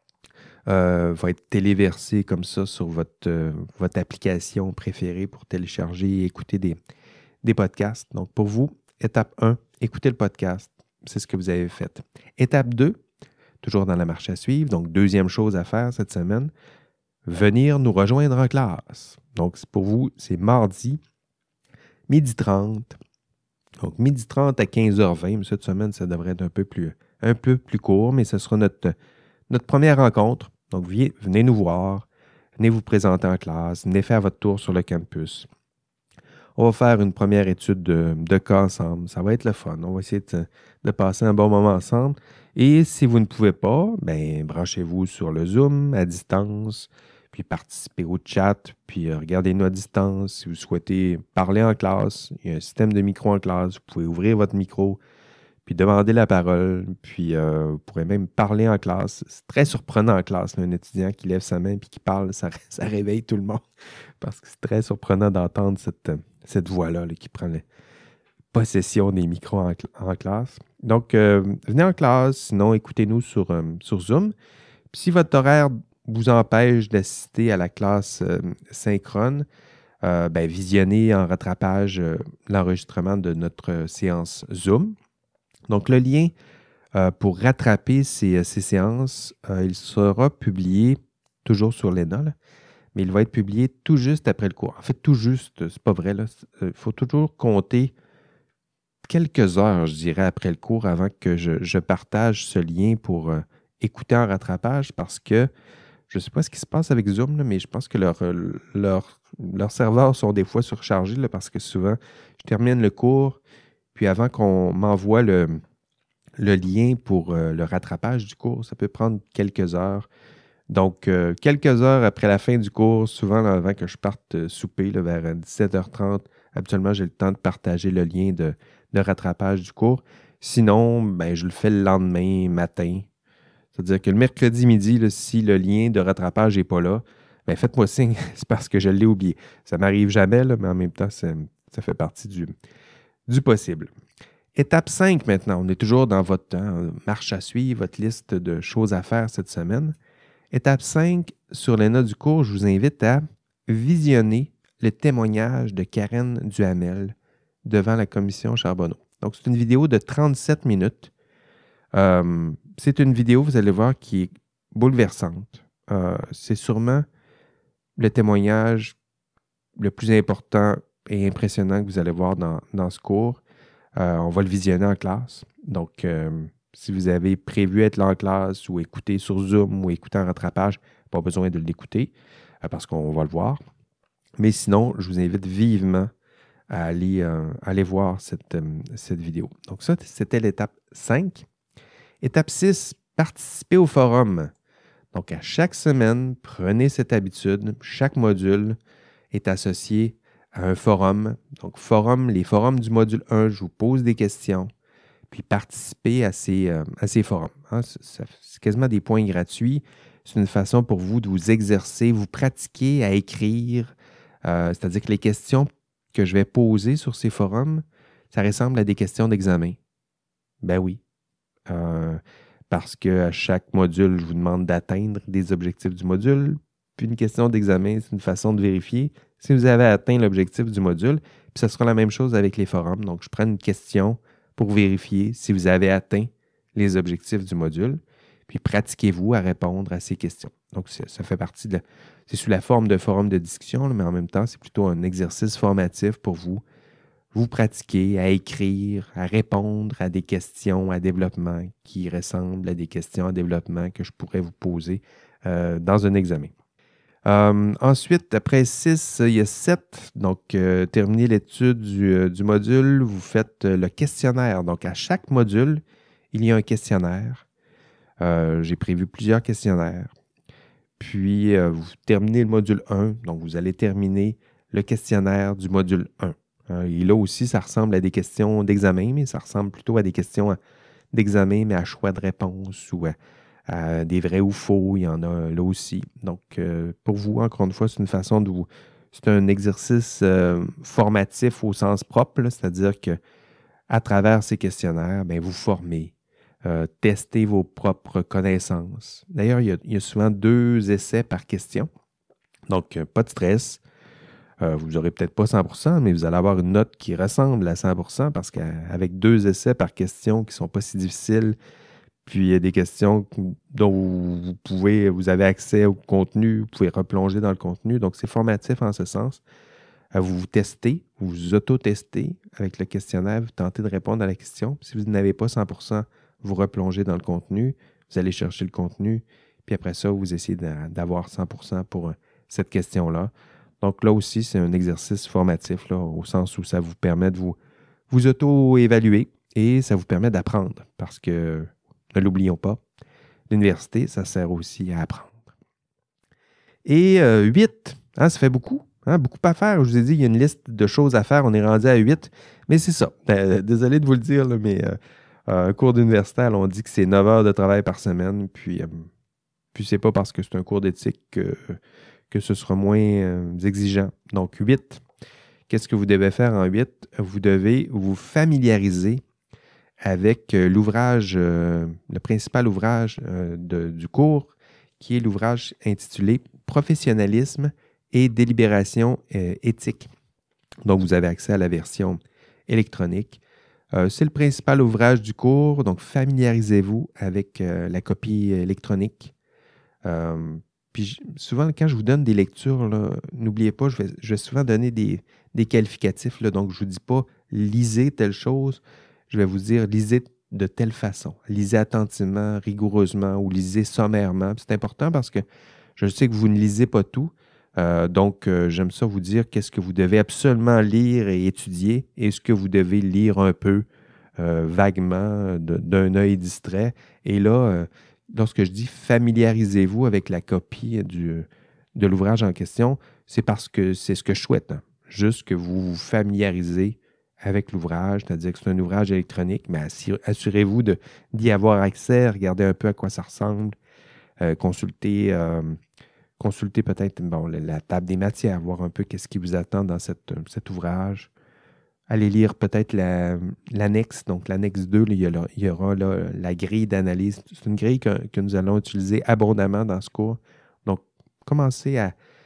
Speaker 1: va être téléversé comme ça sur votre application préférée pour télécharger et écouter des podcasts. Donc, pour vous, étape 1, écoutez le podcast. C'est ce que vous avez fait. Étape 2, toujours dans la marche à suivre. Donc, deuxième chose à faire cette semaine, venir nous rejoindre en classe. Donc, pour vous, c'est mardi, 12h30. Donc, 12h30 à 15h20. Mais cette semaine, ça devrait être un peu plus court, mais ce sera notre première rencontre. Donc, venez nous voir, venez vous présenter en classe, venez faire votre tour sur le campus. On va faire une première étude de cas ensemble. Ça va être le fun. On va essayer de passer un bon moment ensemble. Et si vous ne pouvez pas, ben branchez-vous sur le Zoom à distance, puis participez au chat, puis regardez-nous à distance. Si vous souhaitez parler en classe, il y a un système de micro en classe. Vous pouvez ouvrir votre micro, puis demander la parole, puis vous pourrez même parler en classe. C'est très surprenant en classe, là, un étudiant qui lève sa main puis qui parle, ça réveille tout le monde, parce que c'est très surprenant d'entendre cette voix-là là, qui prend la possession des micros en classe. Donc, venez en classe, sinon écoutez-nous sur Zoom. Puis si votre horaire vous empêche d'assister à la classe synchrone, visionnez en rattrapage l'enregistrement de notre séance Zoom. Donc, le lien pour rattraper ces séances, il sera publié toujours sur l'ENA, là, mais il va être publié tout juste après le cours. En fait, tout juste, c'est pas vrai. Il faut toujours compter quelques heures, je dirais, après le cours avant que je partage ce lien pour écouter en rattrapage parce que je ne sais pas ce qui se passe avec Zoom, là, mais je pense que leurs serveurs sont des fois surchargés là, parce que souvent, je termine le cours, puis avant qu'on m'envoie le lien pour le rattrapage du cours, ça peut prendre quelques heures. Donc, quelques heures après la fin du cours, souvent là, avant que je parte souper là, vers 17h30, habituellement, j'ai le temps de partager le lien de rattrapage du cours. Sinon, je le fais le lendemain matin. C'est-à-dire que le mercredi midi, là, si le lien de rattrapage n'est pas là, faites-moi signe, c'est parce que je l'ai oublié. Ça ne m'arrive jamais, là, mais en même temps, ça fait partie du possible. Étape 5 maintenant, on est toujours dans votre marche à suivre, votre liste de choses à faire cette semaine. Étape 5, sur les notes du cours, je vous invite à visionner le témoignage de Karen Duhamel devant la commission Charbonneau. Donc, c'est une vidéo de 37 minutes. C'est une vidéo, vous allez voir, qui est bouleversante. C'est sûrement le témoignage le plus important et impressionnant que vous allez voir dans ce cours. On va le visionner en classe. Donc, si vous avez prévu être là en classe ou écouter sur Zoom ou écouter en rattrapage, pas besoin de l'écouter parce qu'on va le voir. Mais sinon, je vous invite vivement à aller voir cette vidéo. Donc ça, c'était l'étape 5. Étape 6, participer au forum. Donc à chaque semaine, prenez cette habitude. Chaque module est associé à un forum. Donc les forums du module 1, je vous pose des questions, puis participez à ces forums. Hein. C'est quasiment des points gratuits. C'est une façon pour vous de vous exercer, vous pratiquer à écrire. C'est-à-dire que les questions que je vais poser sur ces forums, ça ressemble à des questions d'examen. Ben oui. Parce qu'à chaque module, je vous demande d'atteindre des objectifs du module. Puis une question d'examen, c'est une façon de vérifier si vous avez atteint l'objectif du module. Puis ça sera la même chose avec les forums. Donc, je prends une question pour vérifier si vous avez atteint les objectifs du module. Puis pratiquez-vous à répondre à ces questions. Donc, ça fait partie c'est sous la forme de forum de discussion, mais en même temps, c'est plutôt un exercice formatif pour vous pratiquer à écrire, à répondre à des questions à développement qui ressemblent à des questions à développement que je pourrais vous poser dans un examen. Ensuite, après 6, il y a 7. Donc, terminez l'étude du module, vous faites le questionnaire. Donc, à chaque module, il y a un questionnaire. J'ai prévu plusieurs questionnaires. Puis, vous terminez le module 1. Donc, vous allez terminer le questionnaire du module 1. Et là aussi, ça ressemble à des questions d'examen, mais ça ressemble plutôt à des questions d'examen, mais à choix de réponse ou à des vrais ou faux. Il y en a là aussi. Donc, pour vous, encore une fois, c'est une façon de vous... C'est un exercice formatif au sens propre, là, c'est-à-dire que à travers ces questionnaires, vous formez, testez vos propres connaissances. D'ailleurs, il y a souvent 2 essais par question. Donc, pas de stress. Vous n'aurez peut-être pas 100%, mais vous allez avoir une note qui ressemble à 100% parce qu'avec 2 essais par question qui ne sont pas si difficiles, puis il y a des questions dont vous avez accès au contenu, vous pouvez replonger dans le contenu. Donc, c'est formatif en ce sens. Vous vous testez, vous vous auto-testez avec le questionnaire, vous tentez de répondre à la question. Si vous n'avez pas 100%, vous replongez dans le contenu, vous allez chercher le contenu, puis après ça, vous essayez d'avoir 100% pour cette question-là. Donc là aussi, c'est un exercice formatif, là, au sens où ça vous permet de vous auto-évaluer et ça vous permet d'apprendre. Parce que, ne l'oublions pas, l'université, ça sert aussi à apprendre. Et 8, ça fait beaucoup. Beaucoup à faire. Je vous ai dit, il y a une liste de choses à faire. On est rendu à 8. Mais c'est ça. Désolé de vous le dire, là, mais un cours d'universitaire, on dit que c'est 9 heures de travail par semaine. Puis c'est pas parce que c'est un cours d'éthique que ce sera moins exigeant. Donc, 8. Qu'est-ce que vous devez faire en 8? Vous devez vous familiariser avec l'ouvrage, le principal ouvrage du cours, qui est l'ouvrage intitulé « Professionnalisme et délibération éthique ». Donc, vous avez accès à la version électronique. C'est le principal ouvrage du cours, donc familiarisez-vous avec la copie électronique. Puis souvent, quand je vous donne des lectures, n'oubliez pas, je vais souvent donner des qualificatifs. Là, donc, je ne vous dis pas « lisez telle chose », je vais vous dire « lisez de telle façon ». Lisez attentivement, rigoureusement ou lisez sommairement. C'est important parce que je sais que vous ne lisez pas tout. Donc, j'aime ça vous dire qu'est-ce que vous devez absolument lire et étudier et ce que vous devez lire un peu vaguement d'un œil distrait. Et là, lorsque je dis familiarisez-vous avec la copie de l'ouvrage en question, c'est parce que c'est ce que je souhaite. Juste que vous vous familiarisez avec l'ouvrage, c'est-à-dire que c'est un ouvrage électronique, mais assurez-vous d'y avoir accès, regardez un peu à quoi ça ressemble, consultez peut-être la table des matières, voir un peu qu'est-ce qui vous attend dans cet ouvrage. Allez lire peut-être l'annexe, donc l'annexe 2, il y aura là, la grille d'analyse. C'est une grille que nous allons utiliser abondamment dans ce cours. Donc, commencez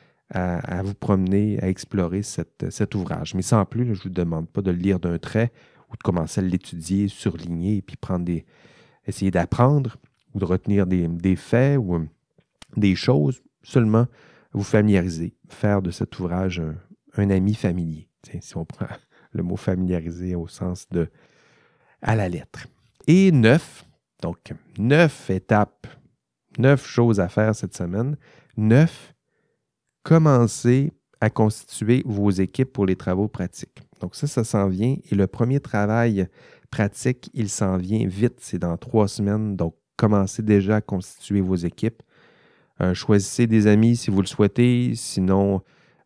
Speaker 1: à vous promener, à explorer cet ouvrage. Mais sans plus, là, je ne vous demande pas de le lire d'un trait ou de commencer à l'étudier, surligner et puis essayer d'apprendre ou de retenir des faits ou des choses. Seulement vous familiariser, faire de cet ouvrage un ami familier. Tiens, si on prend le mot familiariser au sens de à la lettre. Et 9, donc 9 étapes, 9 choses à faire cette semaine. 9, commencez à constituer vos équipes pour les travaux pratiques. Donc ça s'en vient. Et le premier travail pratique, il s'en vient vite. C'est dans 3 semaines. Donc, commencez déjà à constituer vos équipes. Choisissez des amis si vous le souhaitez. Sinon,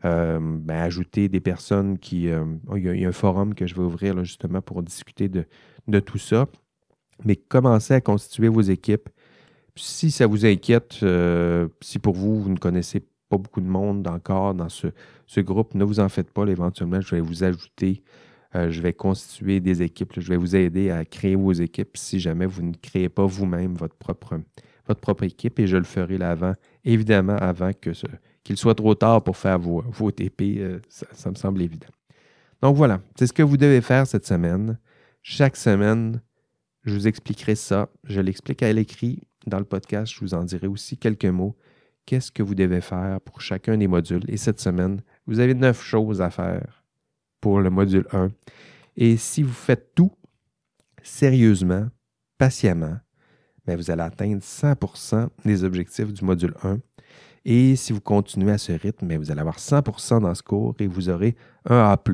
Speaker 1: ajoutez des personnes il y a un forum que je vais ouvrir là, justement pour discuter de tout ça. Mais commencez à constituer vos équipes. Puis, si ça vous inquiète, si pour vous ne connaissez pas beaucoup de monde encore dans ce groupe, ne vous en faites pas. Là, éventuellement, je vais vous ajouter. Je vais constituer des équipes. Là, je vais vous aider à créer vos équipes si jamais vous ne créez pas vous-même votre propre équipe, et je le ferai là évidemment avant qu'il soit trop tard pour faire vos TP. Ça me semble évident. Donc voilà, c'est ce que vous devez faire cette semaine. Chaque semaine, je vous expliquerai ça. Je l'explique à l'écrit dans le podcast. Je vous en dirai aussi quelques mots. Qu'est-ce que vous devez faire pour chacun des modules? Et cette semaine, vous avez 9 choses à faire pour le module 1. Et si vous faites tout sérieusement, patiemment, vous allez atteindre 100% des objectifs du module 1. Et si vous continuez à ce rythme, vous allez avoir 100% dans ce cours et vous aurez un A+.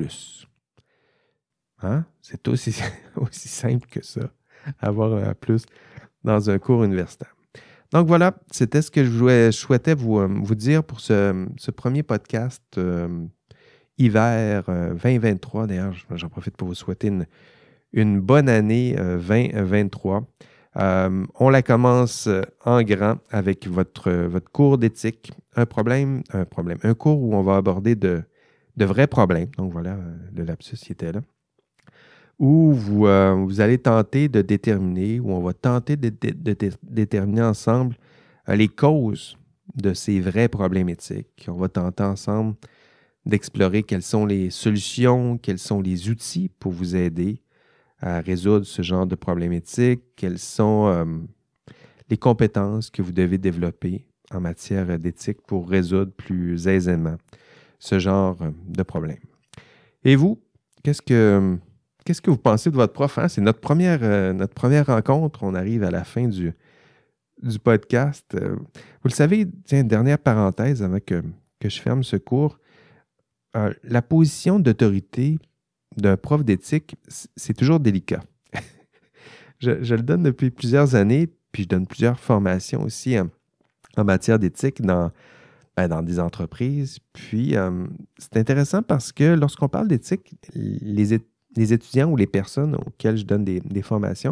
Speaker 1: C'est aussi simple que ça, avoir un A+, dans un cours universitaire. Donc voilà, c'était ce que je souhaitais vous dire pour ce premier podcast hiver 2023. D'ailleurs, j'en profite pour vous souhaiter une bonne année 2023. On la commence en grand avec votre cours d'éthique. Un cours où on va aborder de vrais problèmes. Donc voilà, le lapsus qui était là. Où vous allez tenter de déterminer, où on va tenter de déterminer ensemble les causes de ces vrais problèmes éthiques. On va tenter ensemble d'explorer quelles sont les solutions, quels sont les outils pour vous aider à résoudre ce genre de problématiques, quelles sont les compétences que vous devez développer en matière d'éthique pour résoudre plus aisément ce genre de problème. Et vous, qu'est-ce que vous pensez de votre prof? Hein? C'est notre première rencontre. On arrive à la fin du podcast. Vous le savez, tiens, dernière parenthèse avant que je ferme ce cours. La position d'autorité d'un prof d'éthique, c'est toujours délicat. Je le donne depuis plusieurs années, puis je donne plusieurs formations aussi en matière d'éthique dans des entreprises. Puis, c'est intéressant parce que lorsqu'on parle d'éthique, les étudiants ou les personnes auxquelles je donne des formations,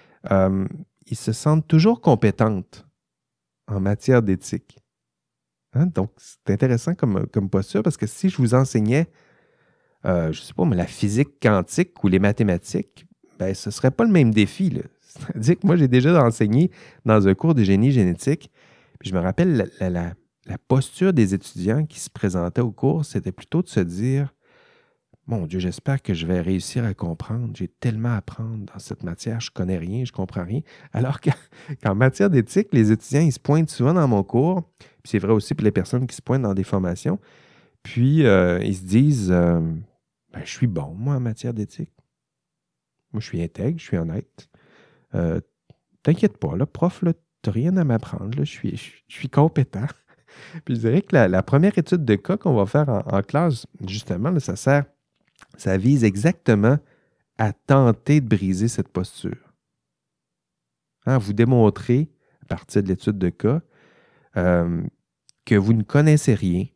Speaker 1: ils se sentent toujours compétentes en matière d'éthique. Hein? Donc, c'est intéressant comme posture parce que si je vous enseignais, je ne sais pas, mais la physique quantique ou les mathématiques, ben, ce ne serait pas le même défi, là. C'est-à-dire que moi, j'ai déjà enseigné dans un cours de génie génétique. Puis je me rappelle, la posture des étudiants qui se présentaient au cours, c'était plutôt de se dire mon Dieu, j'espère que je vais réussir à comprendre. J'ai tellement à apprendre dans cette matière, je ne connais rien, je ne comprends rien. Alors qu'en matière d'éthique, les étudiants, ils se pointent souvent dans mon cours. Puis c'est vrai aussi pour les personnes qui se pointent dans des formations. Puis ils se disent ben, je suis bon, moi, en matière d'éthique. Moi, je suis intègre, je suis honnête. T'inquiète pas, là, prof, tu n'as rien à m'apprendre. Là, je suis compétent. Puis je dirais que la première étude de cas qu'on va faire en classe, justement, là, ça vise exactement à tenter de briser cette posture. Hein, vous démontrez, à partir de l'étude de cas, que vous ne connaissez rien,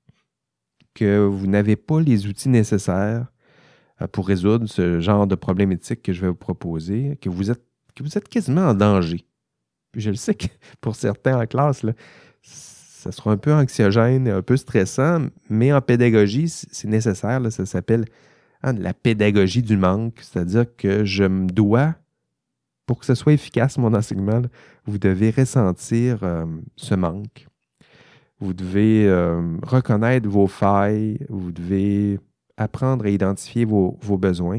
Speaker 1: que vous n'avez pas les outils nécessaires pour résoudre ce genre de problème éthique que je vais vous proposer, que vous êtes quasiment en danger. Puis je le sais que pour certains en classe, là, ça sera un peu anxiogène, un peu stressant, mais en pédagogie, c'est nécessaire. Là, ça s'appelle la pédagogie du manque, c'est-à-dire que je me dois, pour que ce soit efficace, mon enseignement, là, vous devez ressentir ce manque. Vous devez reconnaître vos failles, vous devez apprendre à identifier vos besoins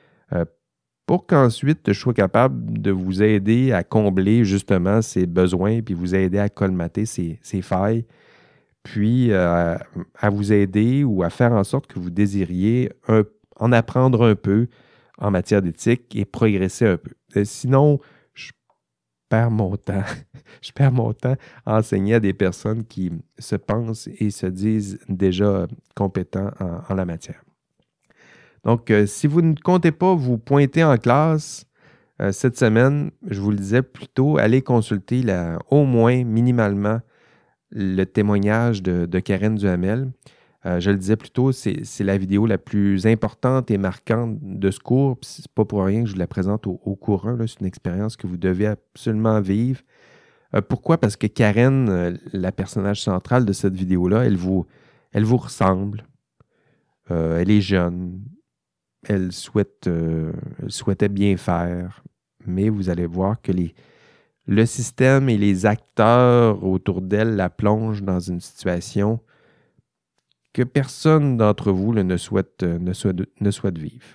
Speaker 1: pour qu'ensuite je sois capable de vous aider à combler justement ces besoins puis vous aider à colmater ces failles, puis à vous aider ou à faire en sorte que vous désiriez en apprendre un peu en matière d'éthique et progresser un peu. Sinon, je perds mon temps. Je perds mon temps à enseigner à des personnes qui se pensent et se disent déjà compétents en la matière. Donc, si vous ne comptez pas vous pointer en classe cette semaine, je vous le disais plutôt, allez consulter au moins minimalement le témoignage de Karen Duhamel. Je le disais plus tôt, c'est la vidéo la plus importante et marquante de ce cours. Ce n'est pas pour rien que je vous la présente au cours 1. C'est une expérience que vous devez absolument vivre. Pourquoi? Parce que Karen, la personnage centrale de cette vidéo-là, elle vous ressemble. Elle est jeune. Elle souhaitait bien faire. Mais vous allez voir que le système et les acteurs autour d'elle la plongent dans une situation que personne d'entre vous ne souhaite vivre.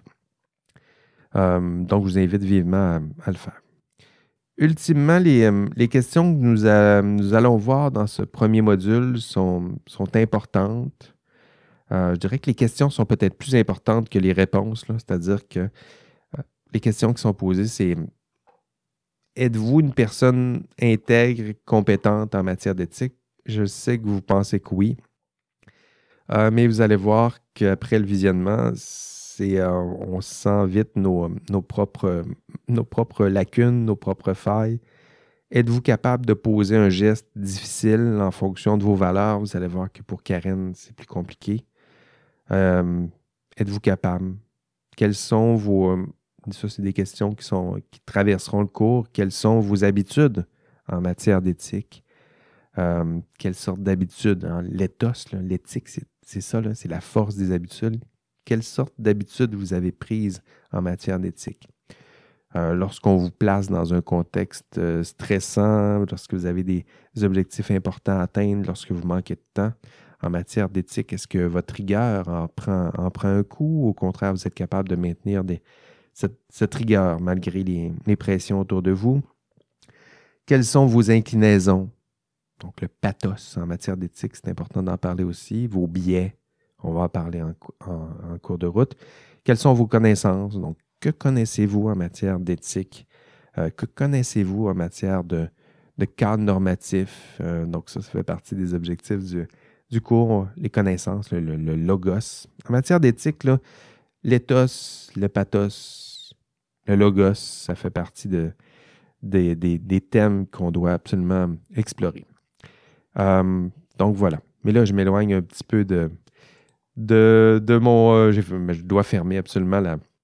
Speaker 1: Donc, je vous invite vivement à le faire. Ultimement, les questions que nous allons voir dans ce premier module sont importantes. Je dirais que les questions sont peut-être plus importantes que les réponses, là. C'est-à-dire que les questions qui sont posées, c'est êtes-vous une personne intègre, compétente en matière d'éthique? Je sais que vous pensez que oui. Mais vous allez voir qu'après le visionnement, on sent vite nos propres lacunes, nos propres failles. Êtes-vous capable de poser un geste difficile en fonction de vos valeurs? Vous allez voir que pour Karen, c'est plus compliqué. Êtes-vous capable? Quelles sont ça, c'est des questions qui traverseront le cours. Quelles sont vos habitudes en matière d'éthique? Quelle sorte d'habitudes? Hein? L'éthos, l'éthique, c'est ça, là, c'est la force des habitudes. Quelle sorte d'habitudes vous avez prises en matière d'éthique? Lorsqu'on vous place dans un contexte stressant, lorsque vous avez des objectifs importants à atteindre, lorsque vous manquez de temps, en matière d'éthique, est-ce que votre rigueur en prend un coup ou au contraire, vous êtes capable de maintenir cette rigueur malgré les pressions autour de vous? Quelles sont vos inclinaisons? Donc, le pathos en matière d'éthique, c'est important d'en parler aussi. Vos biais. On va en parler en cours de route. Quelles sont vos connaissances? Donc, que connaissez-vous en matière d'éthique? Que connaissez-vous en matière de cadre normatif? Donc, ça fait partie des objectifs du cours, les connaissances, le logos. En matière d'éthique, là, l'éthos, le pathos, le logos, ça fait partie des thèmes qu'on doit absolument explorer. Donc voilà. Mais là, je m'éloigne un petit peu de mon... je dois fermer absolument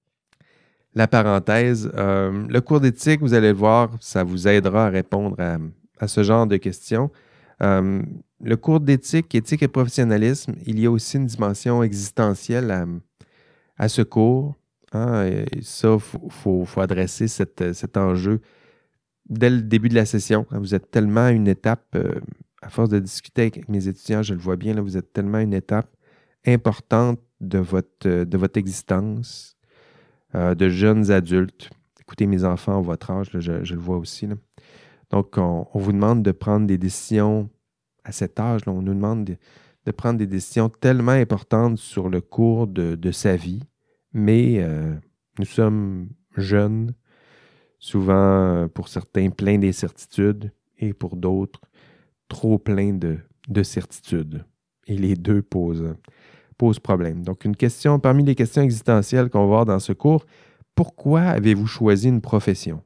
Speaker 1: la parenthèse. Le cours d'éthique, vous allez le voir, ça vous aidera à répondre à ce genre de questions. Le cours d'éthique, éthique et professionnalisme, il y a aussi une dimension existentielle à ce cours. Hein, et ça, il faut adresser cet enjeu dès le début de la session. Vous êtes tellement à une étape, à force de discuter avec mes étudiants, je le vois bien, là, vous êtes tellement à une étape importante de votre existence, de jeunes adultes. Écoutez, mes enfants, à votre âge, là, je le vois aussi. Là. Donc, on vous demande de prendre des décisions à cet âge. Là, on nous demande de prendre des décisions tellement importantes sur le cours de sa vie. Mais nous sommes jeunes, souvent, pour certains, pleins d'incertitudes et pour d'autres, trop pleins de certitudes. Et les deux posent problème. Donc, une question parmi les questions existentielles qu'on va voir dans ce cours, pourquoi avez-vous choisi une profession?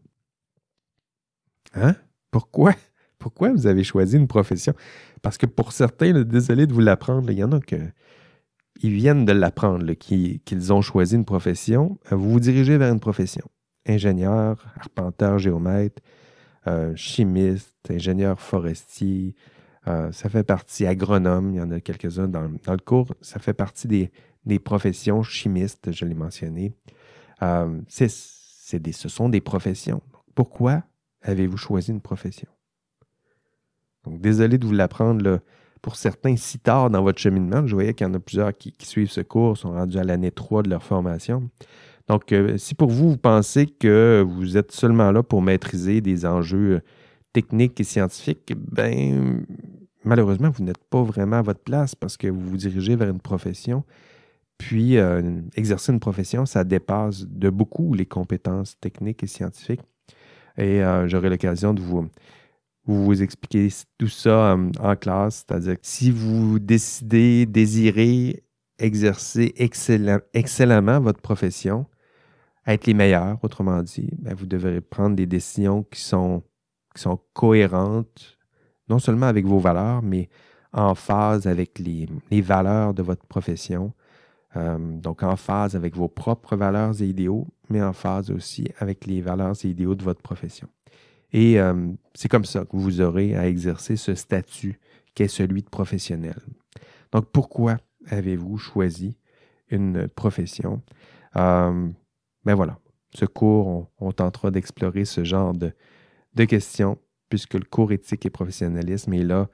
Speaker 1: Hein? Pourquoi? Pourquoi vous avez choisi une profession? Parce que pour certains, là, désolé de vous l'apprendre, il y en a ils viennent de l'apprendre, qu'ils ont choisi une profession. Vous vous dirigez vers une profession. Ingénieur, arpenteur, géomètre, chimiste, ingénieur forestier, ça fait partie agronome, il y en a quelques-uns dans le cours, ça fait partie des professions chimistes, je l'ai mentionné. Ce sont des professions. Donc, pourquoi avez-vous choisi une profession? Donc, désolé de vous l'apprendre là, pour certains si tard dans votre cheminement. Je voyais qu'il y en a plusieurs qui suivent ce cours, sont rendus à l'année 3 de leur formation. Donc, si pour vous, vous pensez que vous êtes seulement là pour maîtriser des enjeux techniques et scientifiques, ben malheureusement, vous n'êtes pas vraiment à votre place parce que vous vous dirigez vers une profession. Puis, exercer une profession, ça dépasse de beaucoup les compétences techniques et scientifiques. Et j'aurai l'occasion de vous expliquer tout ça en classe. C'est-à-dire que si vous désirez exercer excellemment votre profession, être les meilleurs, autrement dit, ben vous devrez prendre des décisions qui sont cohérentes, non seulement avec vos valeurs, mais en phase avec les valeurs de votre profession. Donc, en phase avec vos propres valeurs et idéaux, mais en phase aussi avec les valeurs et idéaux de votre profession. Et c'est comme ça que vous aurez à exercer ce statut qui est celui de professionnel. Donc, pourquoi avez-vous choisi une profession? Ben voilà, ce cours, on tentera d'explorer ce genre de questions, puisque le cours éthique et professionnalisme est là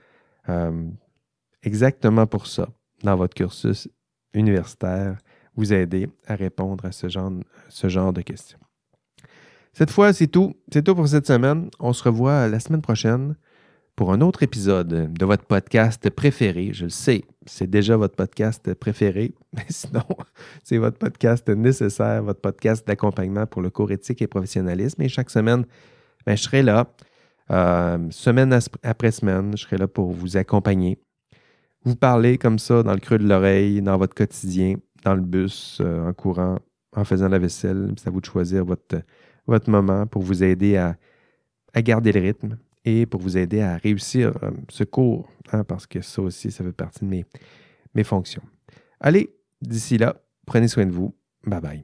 Speaker 1: exactement pour ça, dans votre cursus universitaire, vous aider à répondre à ce genre de questions. Cette fois, c'est tout. C'est tout pour cette semaine. On se revoit la semaine prochaine pour un autre épisode de votre podcast préféré. Je le sais, c'est déjà votre podcast préféré, mais sinon, c'est votre podcast nécessaire, votre podcast d'accompagnement pour le cours éthique et professionnalisme. Et chaque semaine, ben, je serai là, semaine après semaine, je serai là pour vous accompagner. Vous parlez comme ça dans le creux de l'oreille, dans votre quotidien, dans le bus, en courant, en faisant la vaisselle. C'est à vous de choisir votre moment pour vous aider à garder le rythme et pour vous aider à réussir ce cours, hein, parce que ça aussi, ça fait partie de mes fonctions. Allez, d'ici là, prenez soin de vous. Bye bye.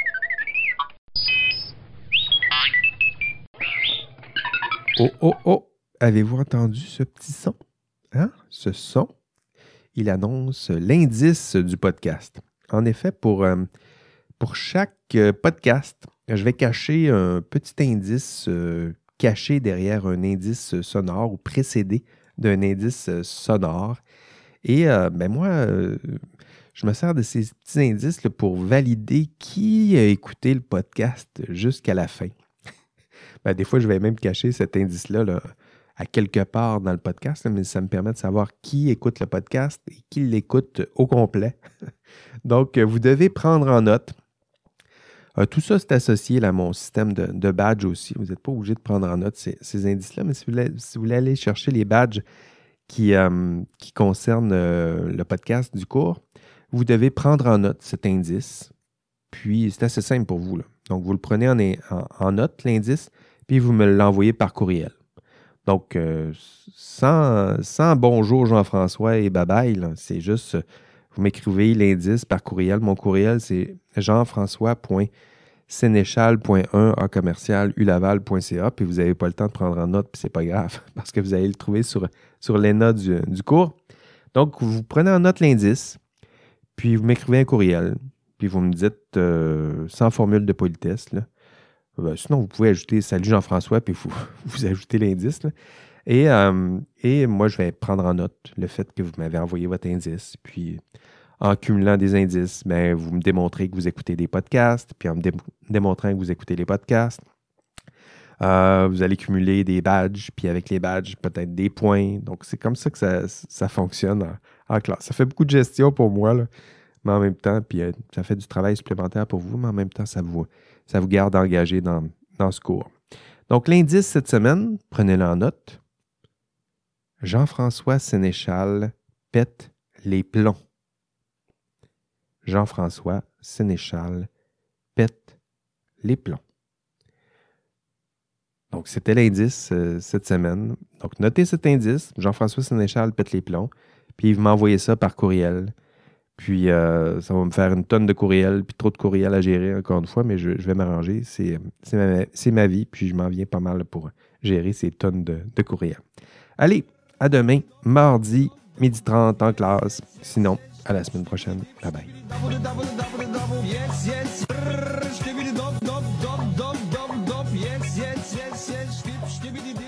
Speaker 1: Oh, oh, oh! Avez-vous entendu ce petit son? Hein? Ce son, il annonce l'indice du podcast. En effet, pour chaque podcast, je vais cacher un petit indice caché derrière un indice sonore ou précédé d'un indice sonore. Et ben moi, je me sers de ces petits indices là, pour valider qui a écouté le podcast jusqu'à la fin. Ben, des fois, je vais même cacher cet indice-là là, à quelque part dans le podcast, là, mais ça me permet de savoir qui écoute le podcast et qui l'écoute au complet. Donc, vous devez prendre en note. Tout ça, c'est associé là, à mon système de badge aussi. Vous n'êtes pas obligé de prendre en note ces indices-là, mais si vous voulez aller chercher les badges qui concernent le podcast du cours, vous devez prendre en note cet indice. Puis, c'est assez simple pour vous, là. Donc, vous le prenez en note, l'indice, puis vous me l'envoyez par courriel. Donc, sans bonjour Jean-François et bye-bye, là, c'est juste, vous m'écrivez l'indice par courriel. Mon courriel, c'est jean-françois.sénéchal.1@ulaval.ca, puis vous n'avez pas le temps de prendre en note, puis c'est pas grave, parce que vous allez le trouver sur les notes du cours. Donc, vous prenez en note l'indice, puis vous m'écrivez un courriel, puis vous me dites, sans formule de politesse, là, sinon, vous pouvez ajouter « Salut Jean-François », puis vous ajoutez l'indice, là. Et moi, je vais prendre en note le fait que vous m'avez envoyé votre indice. Puis, en cumulant des indices, bien, vous me démontrez que vous écoutez des podcasts. Puis, en me démontrant que vous écoutez les podcasts, vous allez cumuler des badges. Puis, avec les badges, peut-être des points. Donc, c'est comme ça que ça fonctionne en classe. Ça fait beaucoup de gestion pour moi, là. Mais en même temps, puis ça fait du travail supplémentaire pour vous, mais en même temps, ça vous garde engagé dans ce cours. Donc, l'indice cette semaine, prenez-le en note. Jean-François Sénéchal pète les plombs. Jean-François Sénéchal pète les plombs. Donc, c'était l'indice cette semaine. Donc, notez cet indice. Jean-François Sénéchal pète les plombs. Puis, vous m'envoyez ça par courriel. Puis, ça va me faire une tonne de courriels, puis trop de courriels à gérer, encore une fois, mais je vais m'arranger. C'est ma vie, puis je m'en viens pas mal pour gérer ces tonnes de courriels. Allez, à demain, mardi, 12h30 en classe. Sinon, à la semaine prochaine. Bye bye.